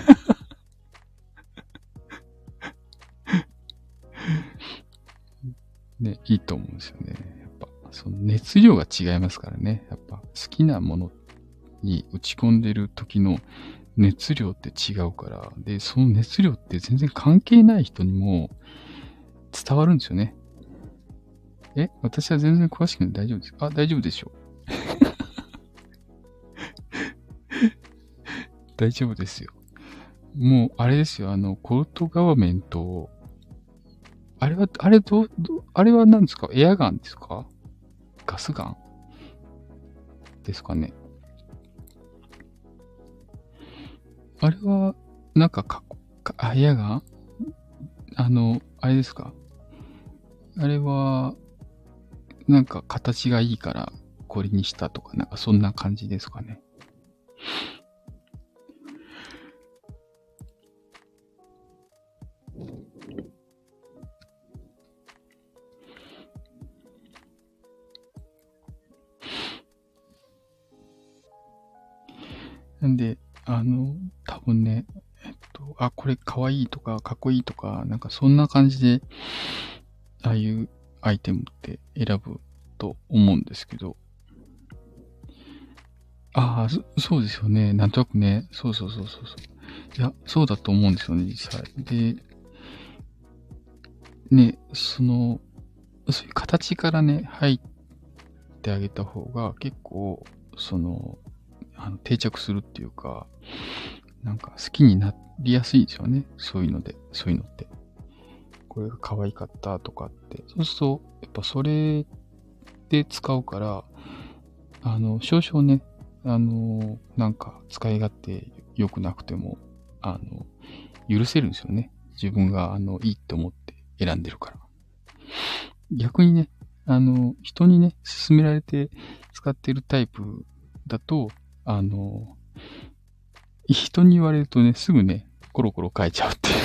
ね、いいと思うんですよね。やっぱ、その熱量が違いますからね。やっぱ、好きなものに打ち込んでる時の熱量って違うから、で、その熱量って全然関係ない人にも伝わるんですよね。私は全然詳しくない大丈夫ですか？大丈夫でしょう。大丈夫ですよ。もう、あれですよ、コルトガバメント、あれは何ですか？エアガンですか？ガスガンですかね。あれは、なんかエアガンあれですか？あれは、なんか形がいいからこれにしたとか、なんかそんな感じですかね。なんで、多分ね、これ可愛いとか、かっこいいとか、なんかそんな感じで、ああいうアイテムって選ぶと思うんですけど。そうですよね。なんとなくね。そう。いや、そうだと思うんですよね、実際。で、ね、そういう形からね、入ってあげた方が結構、定着するっていうか、なんか好きになりやすいですよね。そういうのって。これが可愛かったとかって。そうすると、やっぱそれで使うから、少々ね、なんか使い勝手良くなくても、許せるんですよね。自分が、いいって思って選んでるから。 逆にね、人にね、勧められて使ってるタイプだと、人に言われるとね、すぐね、コロコロ変えちゃうっていう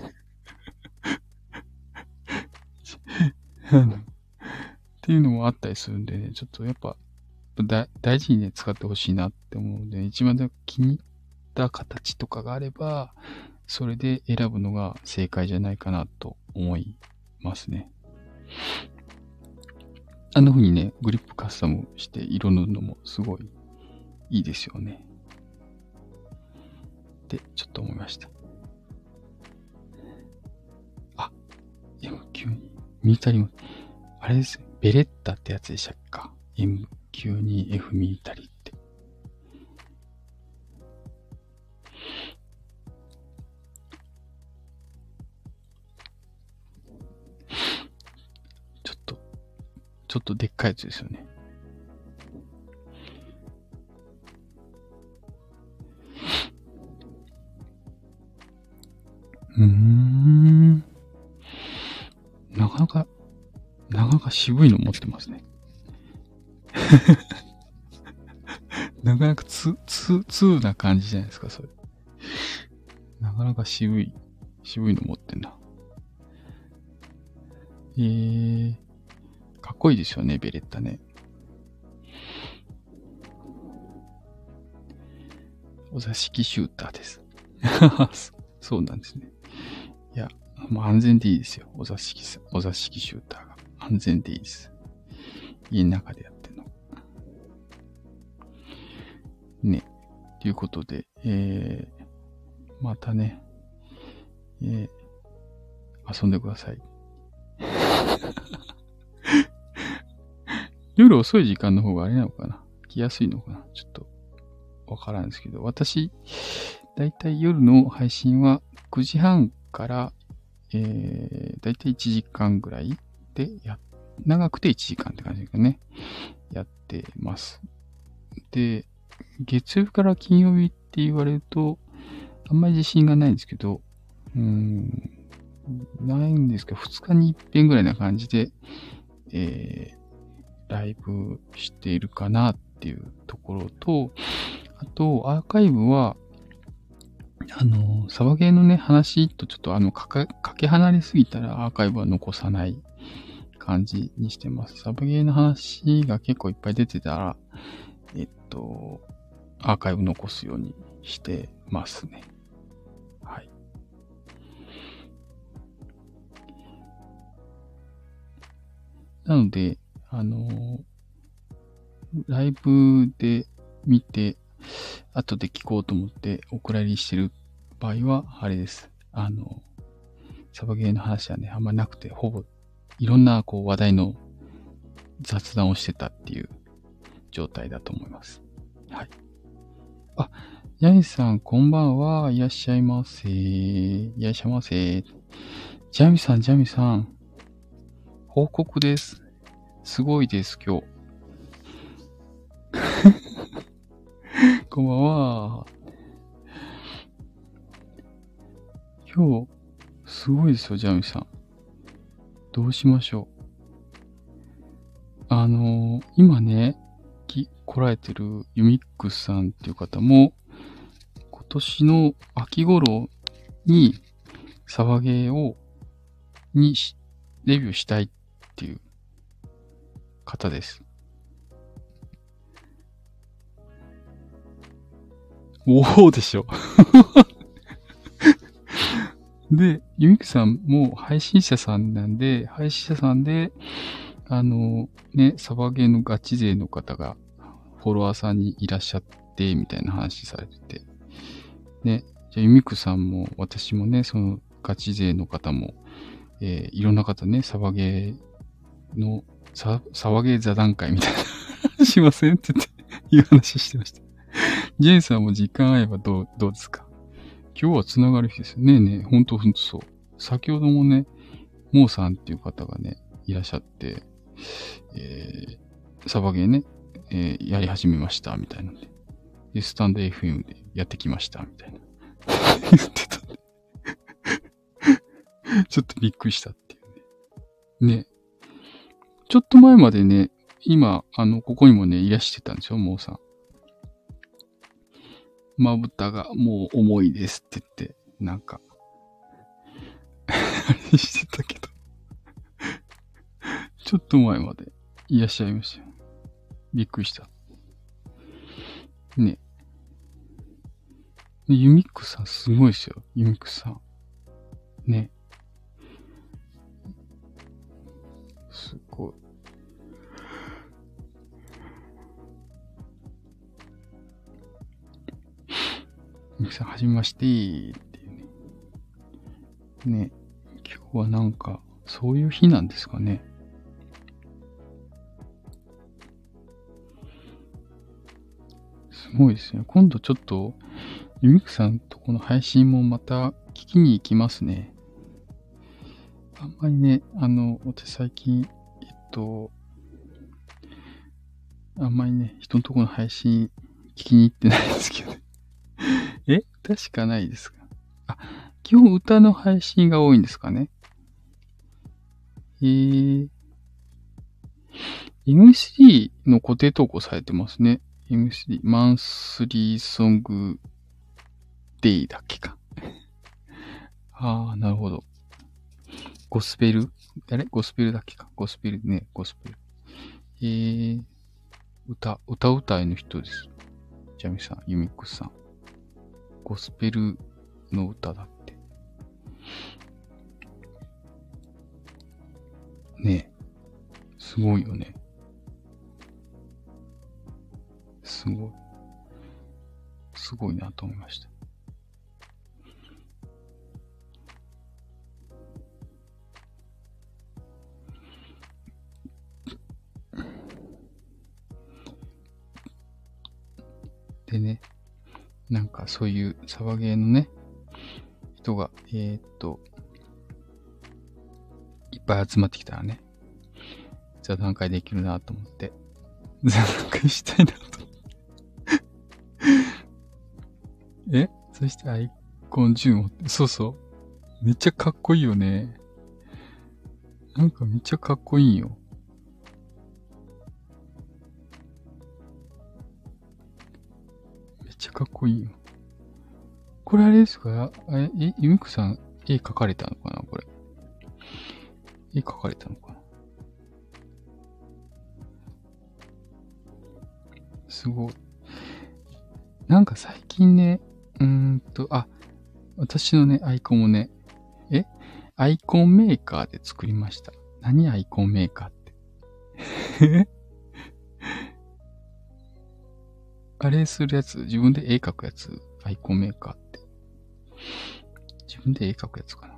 っていうのもあったりするんでね、ちょっとやっぱ、大事にね、使ってほしいなって思うので、一番気に入った形とかがあれば、それで選ぶのが正解じゃないかなと思いますね。あんな風にね、グリップカスタムして色塗るのもすごいいいですよね。ってちょっと思いました。あ、M92 ミリタリーも、あれですね、ベレッタってやつでしたっけか。M92F ミリタリーって。ちょっとでっかいやつですよね。なかなか渋いの持ってますね。なかなかツーな感じじゃないですか、それ。なかなか渋いの持ってんな。かっこいいですよね、ベレッタね。お座敷シューターです。そうなんですね。いや、もう安全でいいですよ。お座敷シューターが。安全でいいです。家の中でやってるの。ね。ということで、またね、遊んでください。夜遅い時間の方があれなのかな？来やすいのかな？ちょっとわからんですけど、私、だいたい夜の配信は9時半から、だいたい1時間ぐらいで長くて1時間って感じですかね。やってます。で、月曜日から金曜日って言われると、あんまり自信がないんですけど、ないんですけど、2日に一遍ぐらいな感じで、ライブしているかなっていうところと、あと、アーカイブは、サバゲーのね、話とちょっとかけ離れすぎたらアーカイブは残さない感じにしてます。サバゲーの話が結構いっぱい出てたら、アーカイブ残すようにしてますね。はい。なので、ライブで見て、後で聞こうと思ってお蔵入りしてる場合は、あれです。サバゲーの話はね、あんまなくて、ほぼいろんなこう話題の雑談をしてたっていう状態だと思います。はい。あ、ヤニさん、こんばんは。いらっしゃいませ。いらっしゃいませ。ジャミさん。報告です。すごいです、今日。こんばんは。今日、すごいですよ、ジャミさん。どうしましょう。今ね、来られてるユミックスさんっていう方も、今年の秋頃にサバゲーにデビューしたいっていう方です。おおでしょ。で、ユミックさんも配信者さんなんで、ね、サバゲーのガチ勢の方がフォロワーさんにいらっしゃって、みたいな話されてて。ね、じゃあユミックさんも私もね、そのガチ勢の方も、いろんな方ね、サバゲー座談会みたいなしませんっていう話してました。ジェイさんも時間合えばどうですか？今日はつながる日ですよね。ほんとそう。先ほどもね、モーさんっていう方がね、いらっしゃって、サバゲーね、やり始めました、みたいなので。スタンド FM でやってきました、みたいな。言ってたんで。ちょっとびっくりしたっていうね。ね。 ちょっと前までね、今、ここにもね、いらしてたんですよ、もうさん。まぶたがもう重いですって言って、なんか、あれしてたけど、ちょっと前までいらっしゃいましたよ。びっくりした。ね。ユミックさんすごいですよ、ユミックさん。ね。すごい。ユミックさん、はじめましてっていうね。ね。今日はなんか、そういう日なんですかね。すごいですね。今度ちょっと、ユミックさんとこの配信もまた聞きに行きますね。あんまりね、私最近、あんまりね、人のところの配信聞きに行ってないんですけど。確かないですか。あ、基本歌の配信が多いんですかね。MC の固定投稿されてますね。MC、マンスリーソングデイだっけか。ああ、なるほど。ゴスペルゴスペルだっけか。ゴスペルね、ゴスペル。歌いの人です。ジャミさん、ユミックスさん。ゴスペルの歌だって。ねえ。すごいよね。すごい。すごいなと思いました。でね、なんかそういうサバゲーのね、人が、いっぱい集まってきたらね、座談会できるなと思って、座談会したいなと思って。そしてアイコン10持って、そうそう。めっちゃかっこいいよね。なんかめっちゃかっこいいよ。めっちゃかっこいいよ。これあれですか？ユミコさん、絵描かれたのかなこれ。絵描かれたのかな？すごい。なんか最近ね、私のね、アイコンもね、アイコンメーカーで作りました。何アイコンメーカーって。あれするやつ、自分で絵描くやつ、アイコンメーカーって。自分で絵描くやつかな。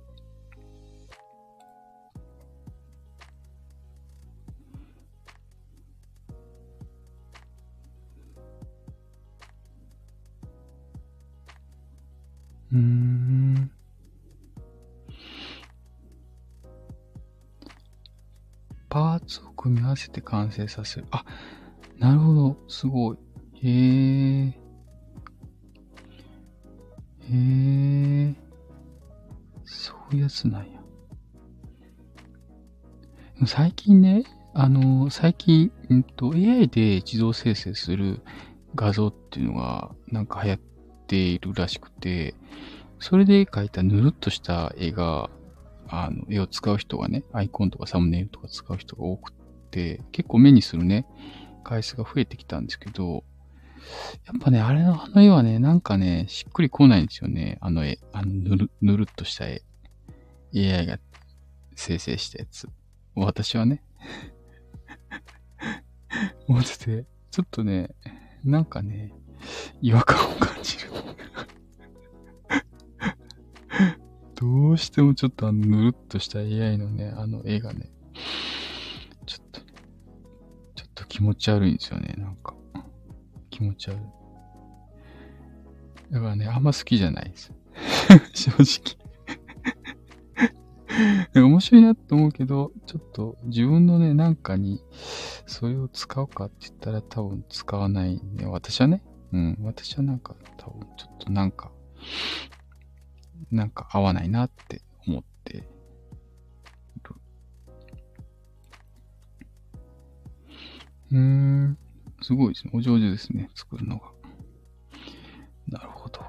パーツを組み合わせて完成させる。あ、なるほど。すごい。へえ。そういうやつなんや。最近ね、AI で自動生成する画像っていうのがなんか流行っているらしくて、それで描いたぬるっとした絵が、絵を使う人がね、アイコンとかサムネイルとか使う人が多くて、結構目にするね、回数が増えてきたんですけど、やっぱね、あの絵はね、なんかね、しっくりこないんですよね。あの絵。ぬるっとした絵。AI が生成したやつ。私はね、思ってて、ちょっとね、なんかね、違和感を感じる。どうしてもちょっとぬるっとした AI のね、絵がね、ちょっと気持ち悪いんですよね、なんか。気持ち悪い。だからね、あんま好きじゃないです。正直。面白いなと思うけど、ちょっと自分のね、なんかに、それを使うかって言ったら多分使わないね。私はね。私はなんか多分ちょっとなんか合わないなって思ってる。 すごいですね。お上手ですね。作るのが。なるほど。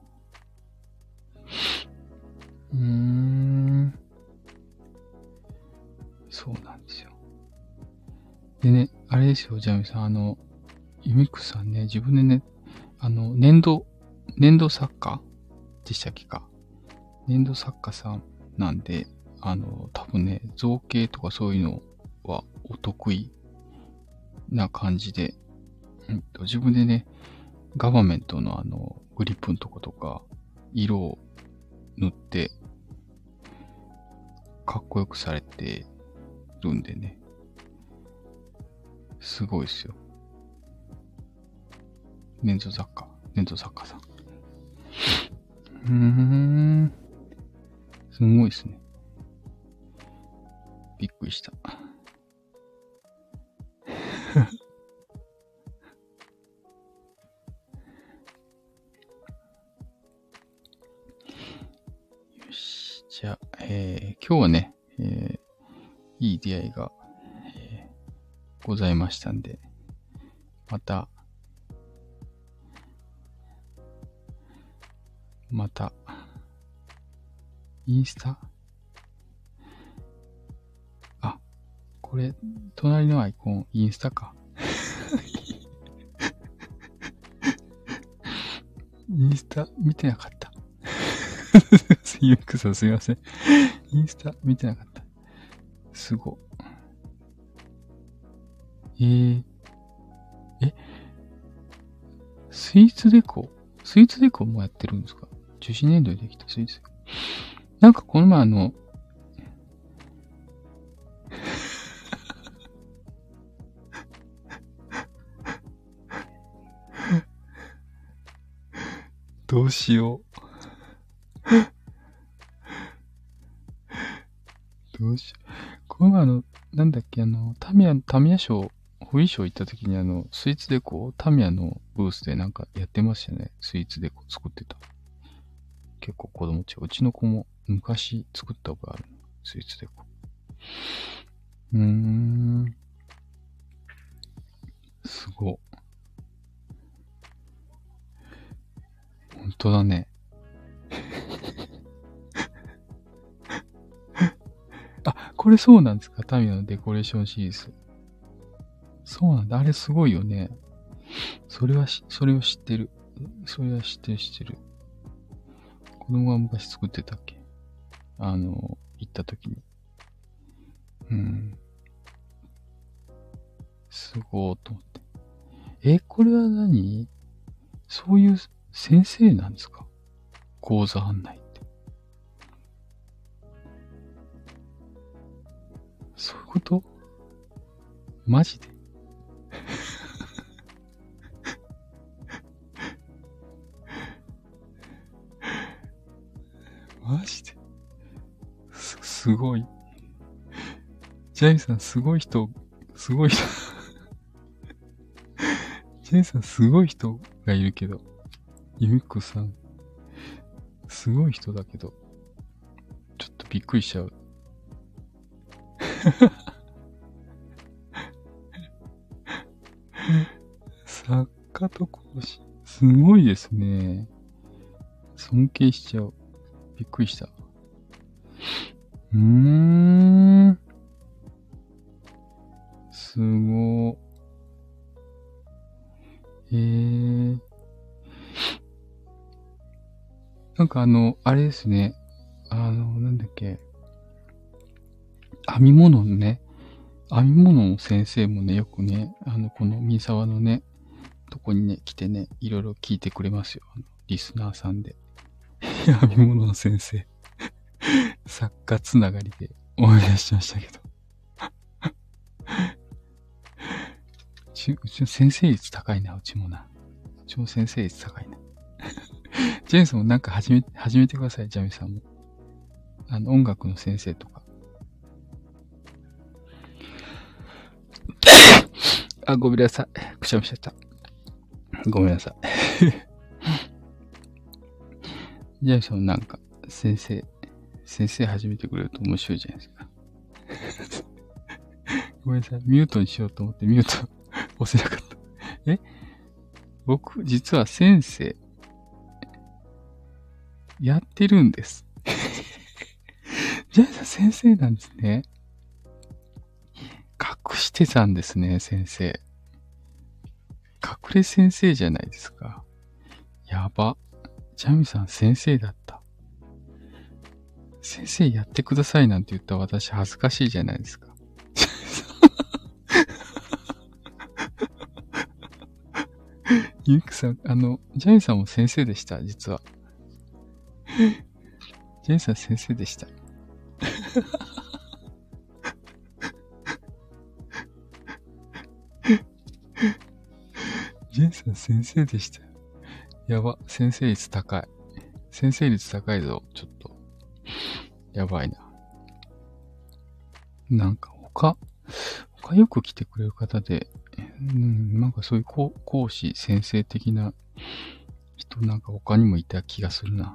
そうなんですよ。でね、あれですよ、ジャミさん、ユミックスさんね、自分でね、粘土作家でしたっけか。粘土作家さんなんで、多分ね、造形とかそういうのはお得意な感じで、自分でね、ガバメントのグリップのとことか、色を塗って、かっこよくされてるんでね、すごいですよ。粘土作家さん。すごいですね。びっくりした。よし。じゃあ、今日はね、いい出会いが、ございましたんで、また、インスタこれ、隣のアイコン、インスタか。インスタ見てなかった。ユックさんすいません。インスタ見てなかった。すご。スイーツデコもやってるんですか？樹脂粘土でできたスイーツ。なんかこの前どうしよう。この前なんだっけ、タミヤ賞、ホイ賞行った時にスイーツデコ、タミヤのブースでなんかやってましたよね。スイーツデコ作ってた。結構子供ちゃう。うちの子も昔作った覚えある。スイーツデコ。すご。本当だね。これそうなんですか？タミヤのデコレーションシリーズ。そうなんだ。あれすごいよね。それを知ってる。知ってる。子供が昔作ってたっけ？行った時に。すごーと思って。これは何？そういう先生なんですか？講座案内って。そういうこと？マジでマジですごい。ジャイさんすごい人。ジャイさんすごい人がいるけど。ユミコさん。すごい人だけど。ちょっとびっくりしちゃう。作家と講師。すごいですね。尊敬しちゃう。びっくりした。すごー。なんかあれですね。なんだっけ。編み物の先生もね、よくね、この三沢のね、とこにね、来てね、いろいろ聞いてくれますよ。リスナーさんで。編み物の先生。作家つながりで思い出しましたけど。うちの先生率高いな、うちも先生率高いな。ジェーンさんもなんか始めてください、ジャミさんも。音楽の先生とか。ごめんなさい。くしゃみしちゃった。ごめんなさい。ジャミさんもなんか、先生始めてくれると面白いじゃないですか。ごめんなさい。ミュートにしようと思ってミュートせなかった。僕、実は先生、やってるんです。じゃあ先生なんですね。隠してたんですね、先生。隠れ先生じゃないですか。やば。ジャミさん先生だった。先生やってくださいなんて言った私恥ずかしいじゃないですか。ゆうきさん、ジャミさんも先生でした、実は。ジャミさん先生でした。ジェンさん先生でした。やば、先生率高い。先生率高いぞ、ちょっと。やばいな。なんか他よく来てくれる方で、なんかそういう講師、先生的な人なんか他にもいた気がするな。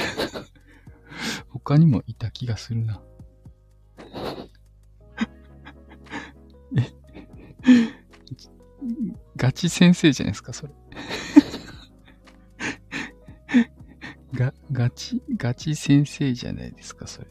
他にもいた気がするな。ガチ先生じゃないですか、それ。ガチ先生じゃないですか、それ。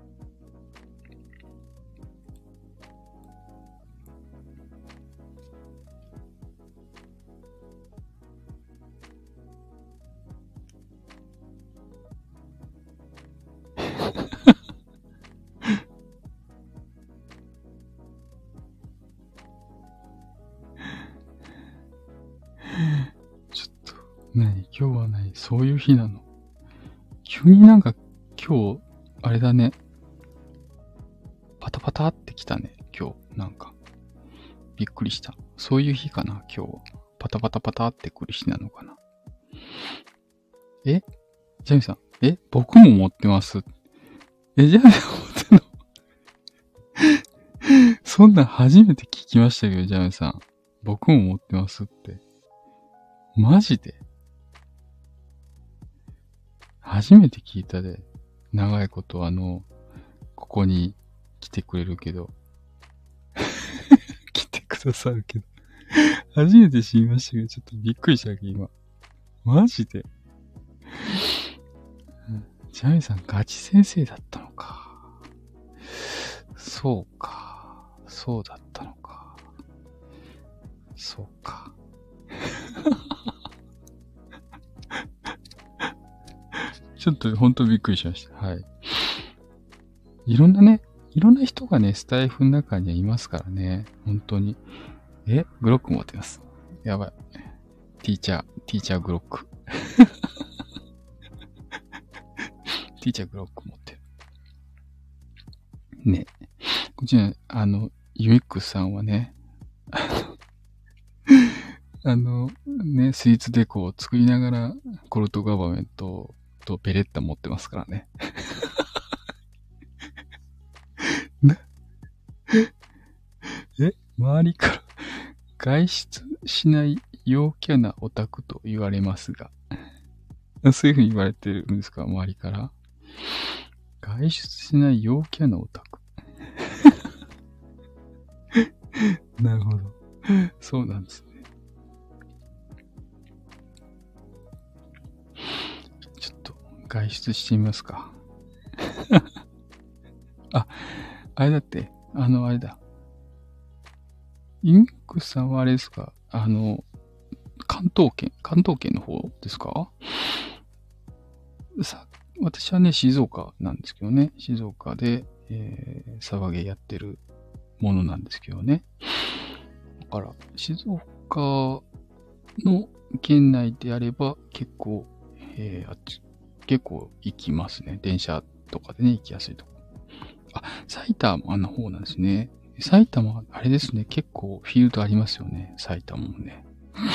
ちょっと、今日はそういう日なの。急になんか今日、あれだね。パタパタってきたね、今日。なんか。びっくりした。そういう日かな、今日は。パタパタパタってくる日なのかな。ジャミさん。僕も持ってます。ジャミさん持ってんのそんなん初めて聞きましたけど、ジャミさん。僕も持ってますって。マジで初めて聞いたで。長いことここに来てくれるけど。来てくださるけど。初めて知りましたけど、ちょっとびっくりしたけど、今。マジで。ジャミさんガチ先生だったのか。そうか。そうだったのか。そうか。ちょっとほんとびっくりしました。はい。いろんな人がね、スタイフの中にはいますからね。本当に。グロック持ってます。やばい。ティーチャーグロック。ティーチャーグロック持ってる。ね。こちら、ユミックスさんはね、スイーツデコを作りながら、コルトガバメントとベレッタ持ってますからね。周りから外出しない陽キャなオタクと言われますが。そういう風に言われてるんですか、周りから。外出しない陽キャなオタク。なるほど。そうなんですね。ちょっと外出してみますか。あれだって、あれだ。インクさんはあれですか？関東圏の方ですか？私はね、静岡なんですけどね。静岡で、サバゲーやってるものなんですけどね。だから、静岡の県内であれば結構、結構行きますね。電車とかでね、行きやすいとこ。埼玉の方なんですね。埼玉、あれですね。結構フィールドありますよね。埼玉もね。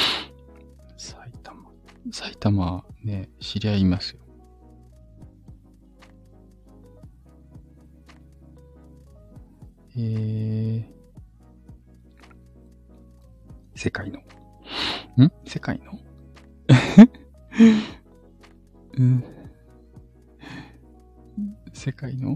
埼玉ね、知り合いますよ。世界の世界の世界の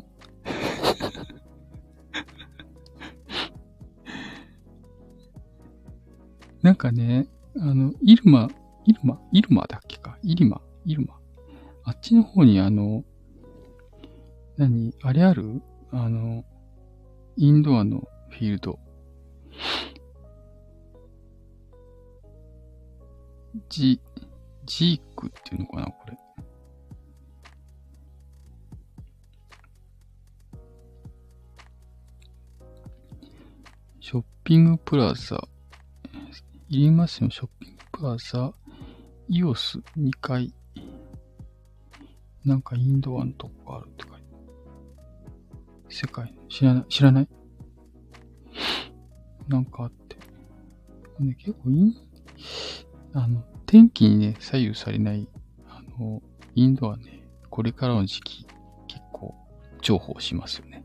なんかね、イルマだっけか。イルマ。あっちの方にあれあるインドアのフィールド。ジークっていうのかな、これ。ショッピングプラザ。いりますよ、ショッピングプラザ。イオス2階。なんかインドアのとこがあるって書いてある。世界、知らないなんかあって。ね、結構天気にね、左右されない、インドはね、これからの時期、結構、重宝しますよね。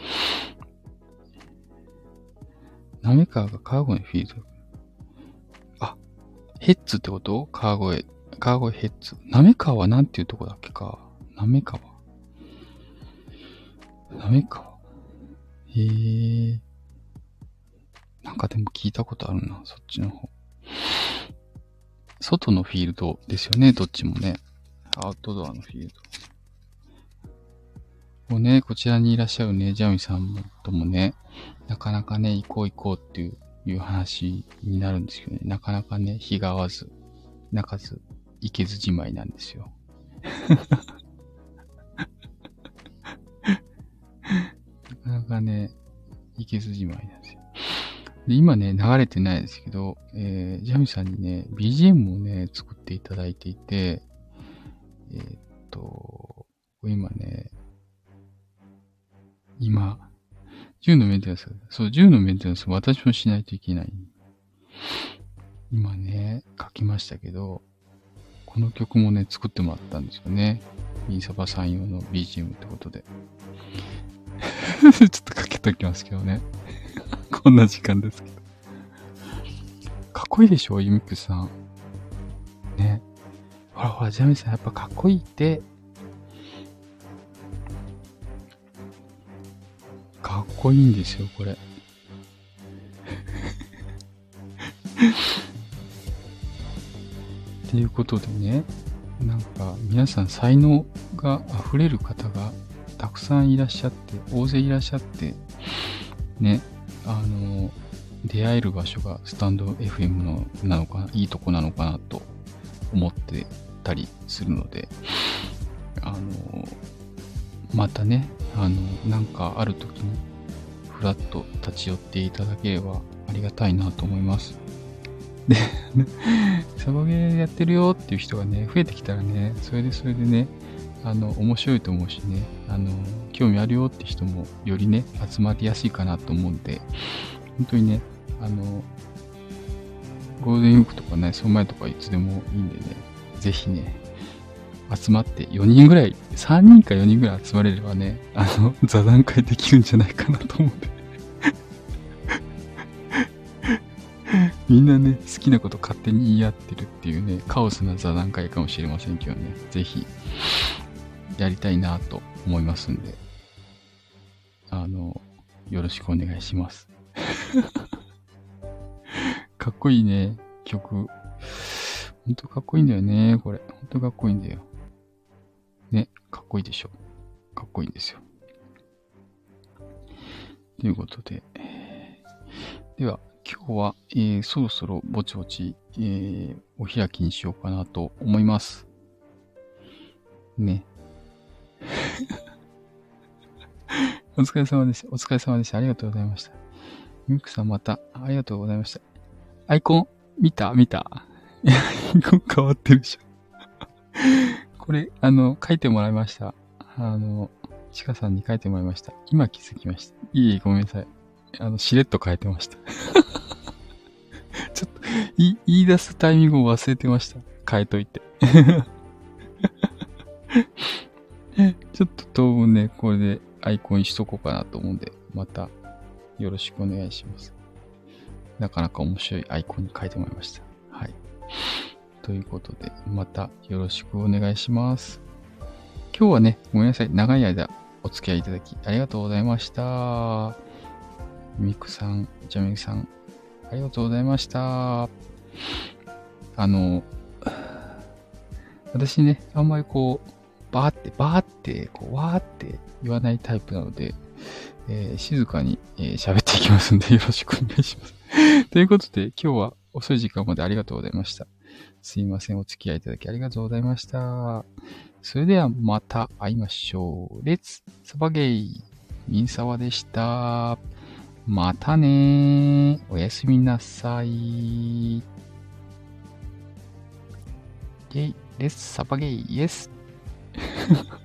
なめかわが川越フィールド。あ、ヘッズってこと川越ヘッズ。なめかわはなんていうとこだっけか。なめかわ。へえ。なんかでも聞いたことあるな、そっちの方。外のフィールドですよね、どっちもね。アウトドアのフィールド。もうね、こちらにいらっしゃるね、ジャミさんともね、なかなかね、行こうっていう話になるんですけどね、なかなかね、日が合わず、泣かず、行けずじまいなんですよ。なかなかね、行けずじまいなんですよ。で今ね、流れてないですけど、ジャミさんにね、BGM をね、作っていただいていて、今ね、10のメンテナンス、10のメンテナンス私もしないといけない。今ね、書きましたけど、この曲もね、作ってもらったんですよね。インサバさん用の BGM ってことで。ちょっとかけときますけどね。こんな時間ですけど。かっこいいでしょ、ユミクさん。ね。ほら、ジャミさんやっぱかっこいいって。かっこいいんですよ、これ。っていうことでね、なんか皆さん才能が溢れる方がたくさんいらっしゃって、大勢いらっしゃって、ね、出会える場所がスタンド FM なのかな、いいとこなのかなと思ってたりするので、またね、なんかある時にふらっと立ち寄っていただければありがたいなと思います。で、サバゲーやってるよっていう人がね、増えてきたらね、それでね、面白いと思うしね、興味あるよって人もよりね、集まりやすいかなと思うんで、本当にね、ゴールデンウィークとかね、その前とかいつでもいいんでね、ぜひね、集まって4人ぐらい、3人か4人ぐらい集まれればね、座談会できるんじゃないかなと思うんで。みんなね、好きなこと勝手に言い合ってるっていうね、カオスな座談会かもしれませんけどね、ぜひ、やりたいなと思いますんで、よろしくお願いします。かっこいいね、曲。ほんとかっこいいんだよね、これ。ほんとかっこいいんだよ。ね、かっこいいでしょ。かっこいいんですよ。ということで、では、今日は、そろそろぼちぼち、お開きにしようかなと思います。ね。お疲れ様でした。お疲れ様でした。ありがとうございました。ミクさんまた、ありがとうございました。アイコン、見たアイコン変わってるでしょ。これ、書いてもらいました。ちかさんに書いてもらいました。今気づきました。いい、ごめんなさい。しれっと変えてました。ちょっと、言い出すタイミングを忘れてました。変えといて。ちょっと当分ね、これでアイコンにしとこうかなと思うんで、またよろしくお願いします。なかなか面白いアイコンに変えてもらいました。はい。ということで、またよろしくお願いします。今日はね、ごめんなさい。長い間お付き合いいただきありがとうございました。ミクさん、ジャミさん、ありがとうございました。 私ね、あんまりこう、バーって、こう、わーって言わないタイプなので、静かに喋っていきますんで、よろしくお願いします。ということで、今日は遅い時間までありがとうございました。すいません。お付き合いいただきありがとうございました。それではまた会いましょう。レッツサバゲイ。ミンサワでした。またねー。おやすみなさい。イェイ、レッツサバゲイ。イエス。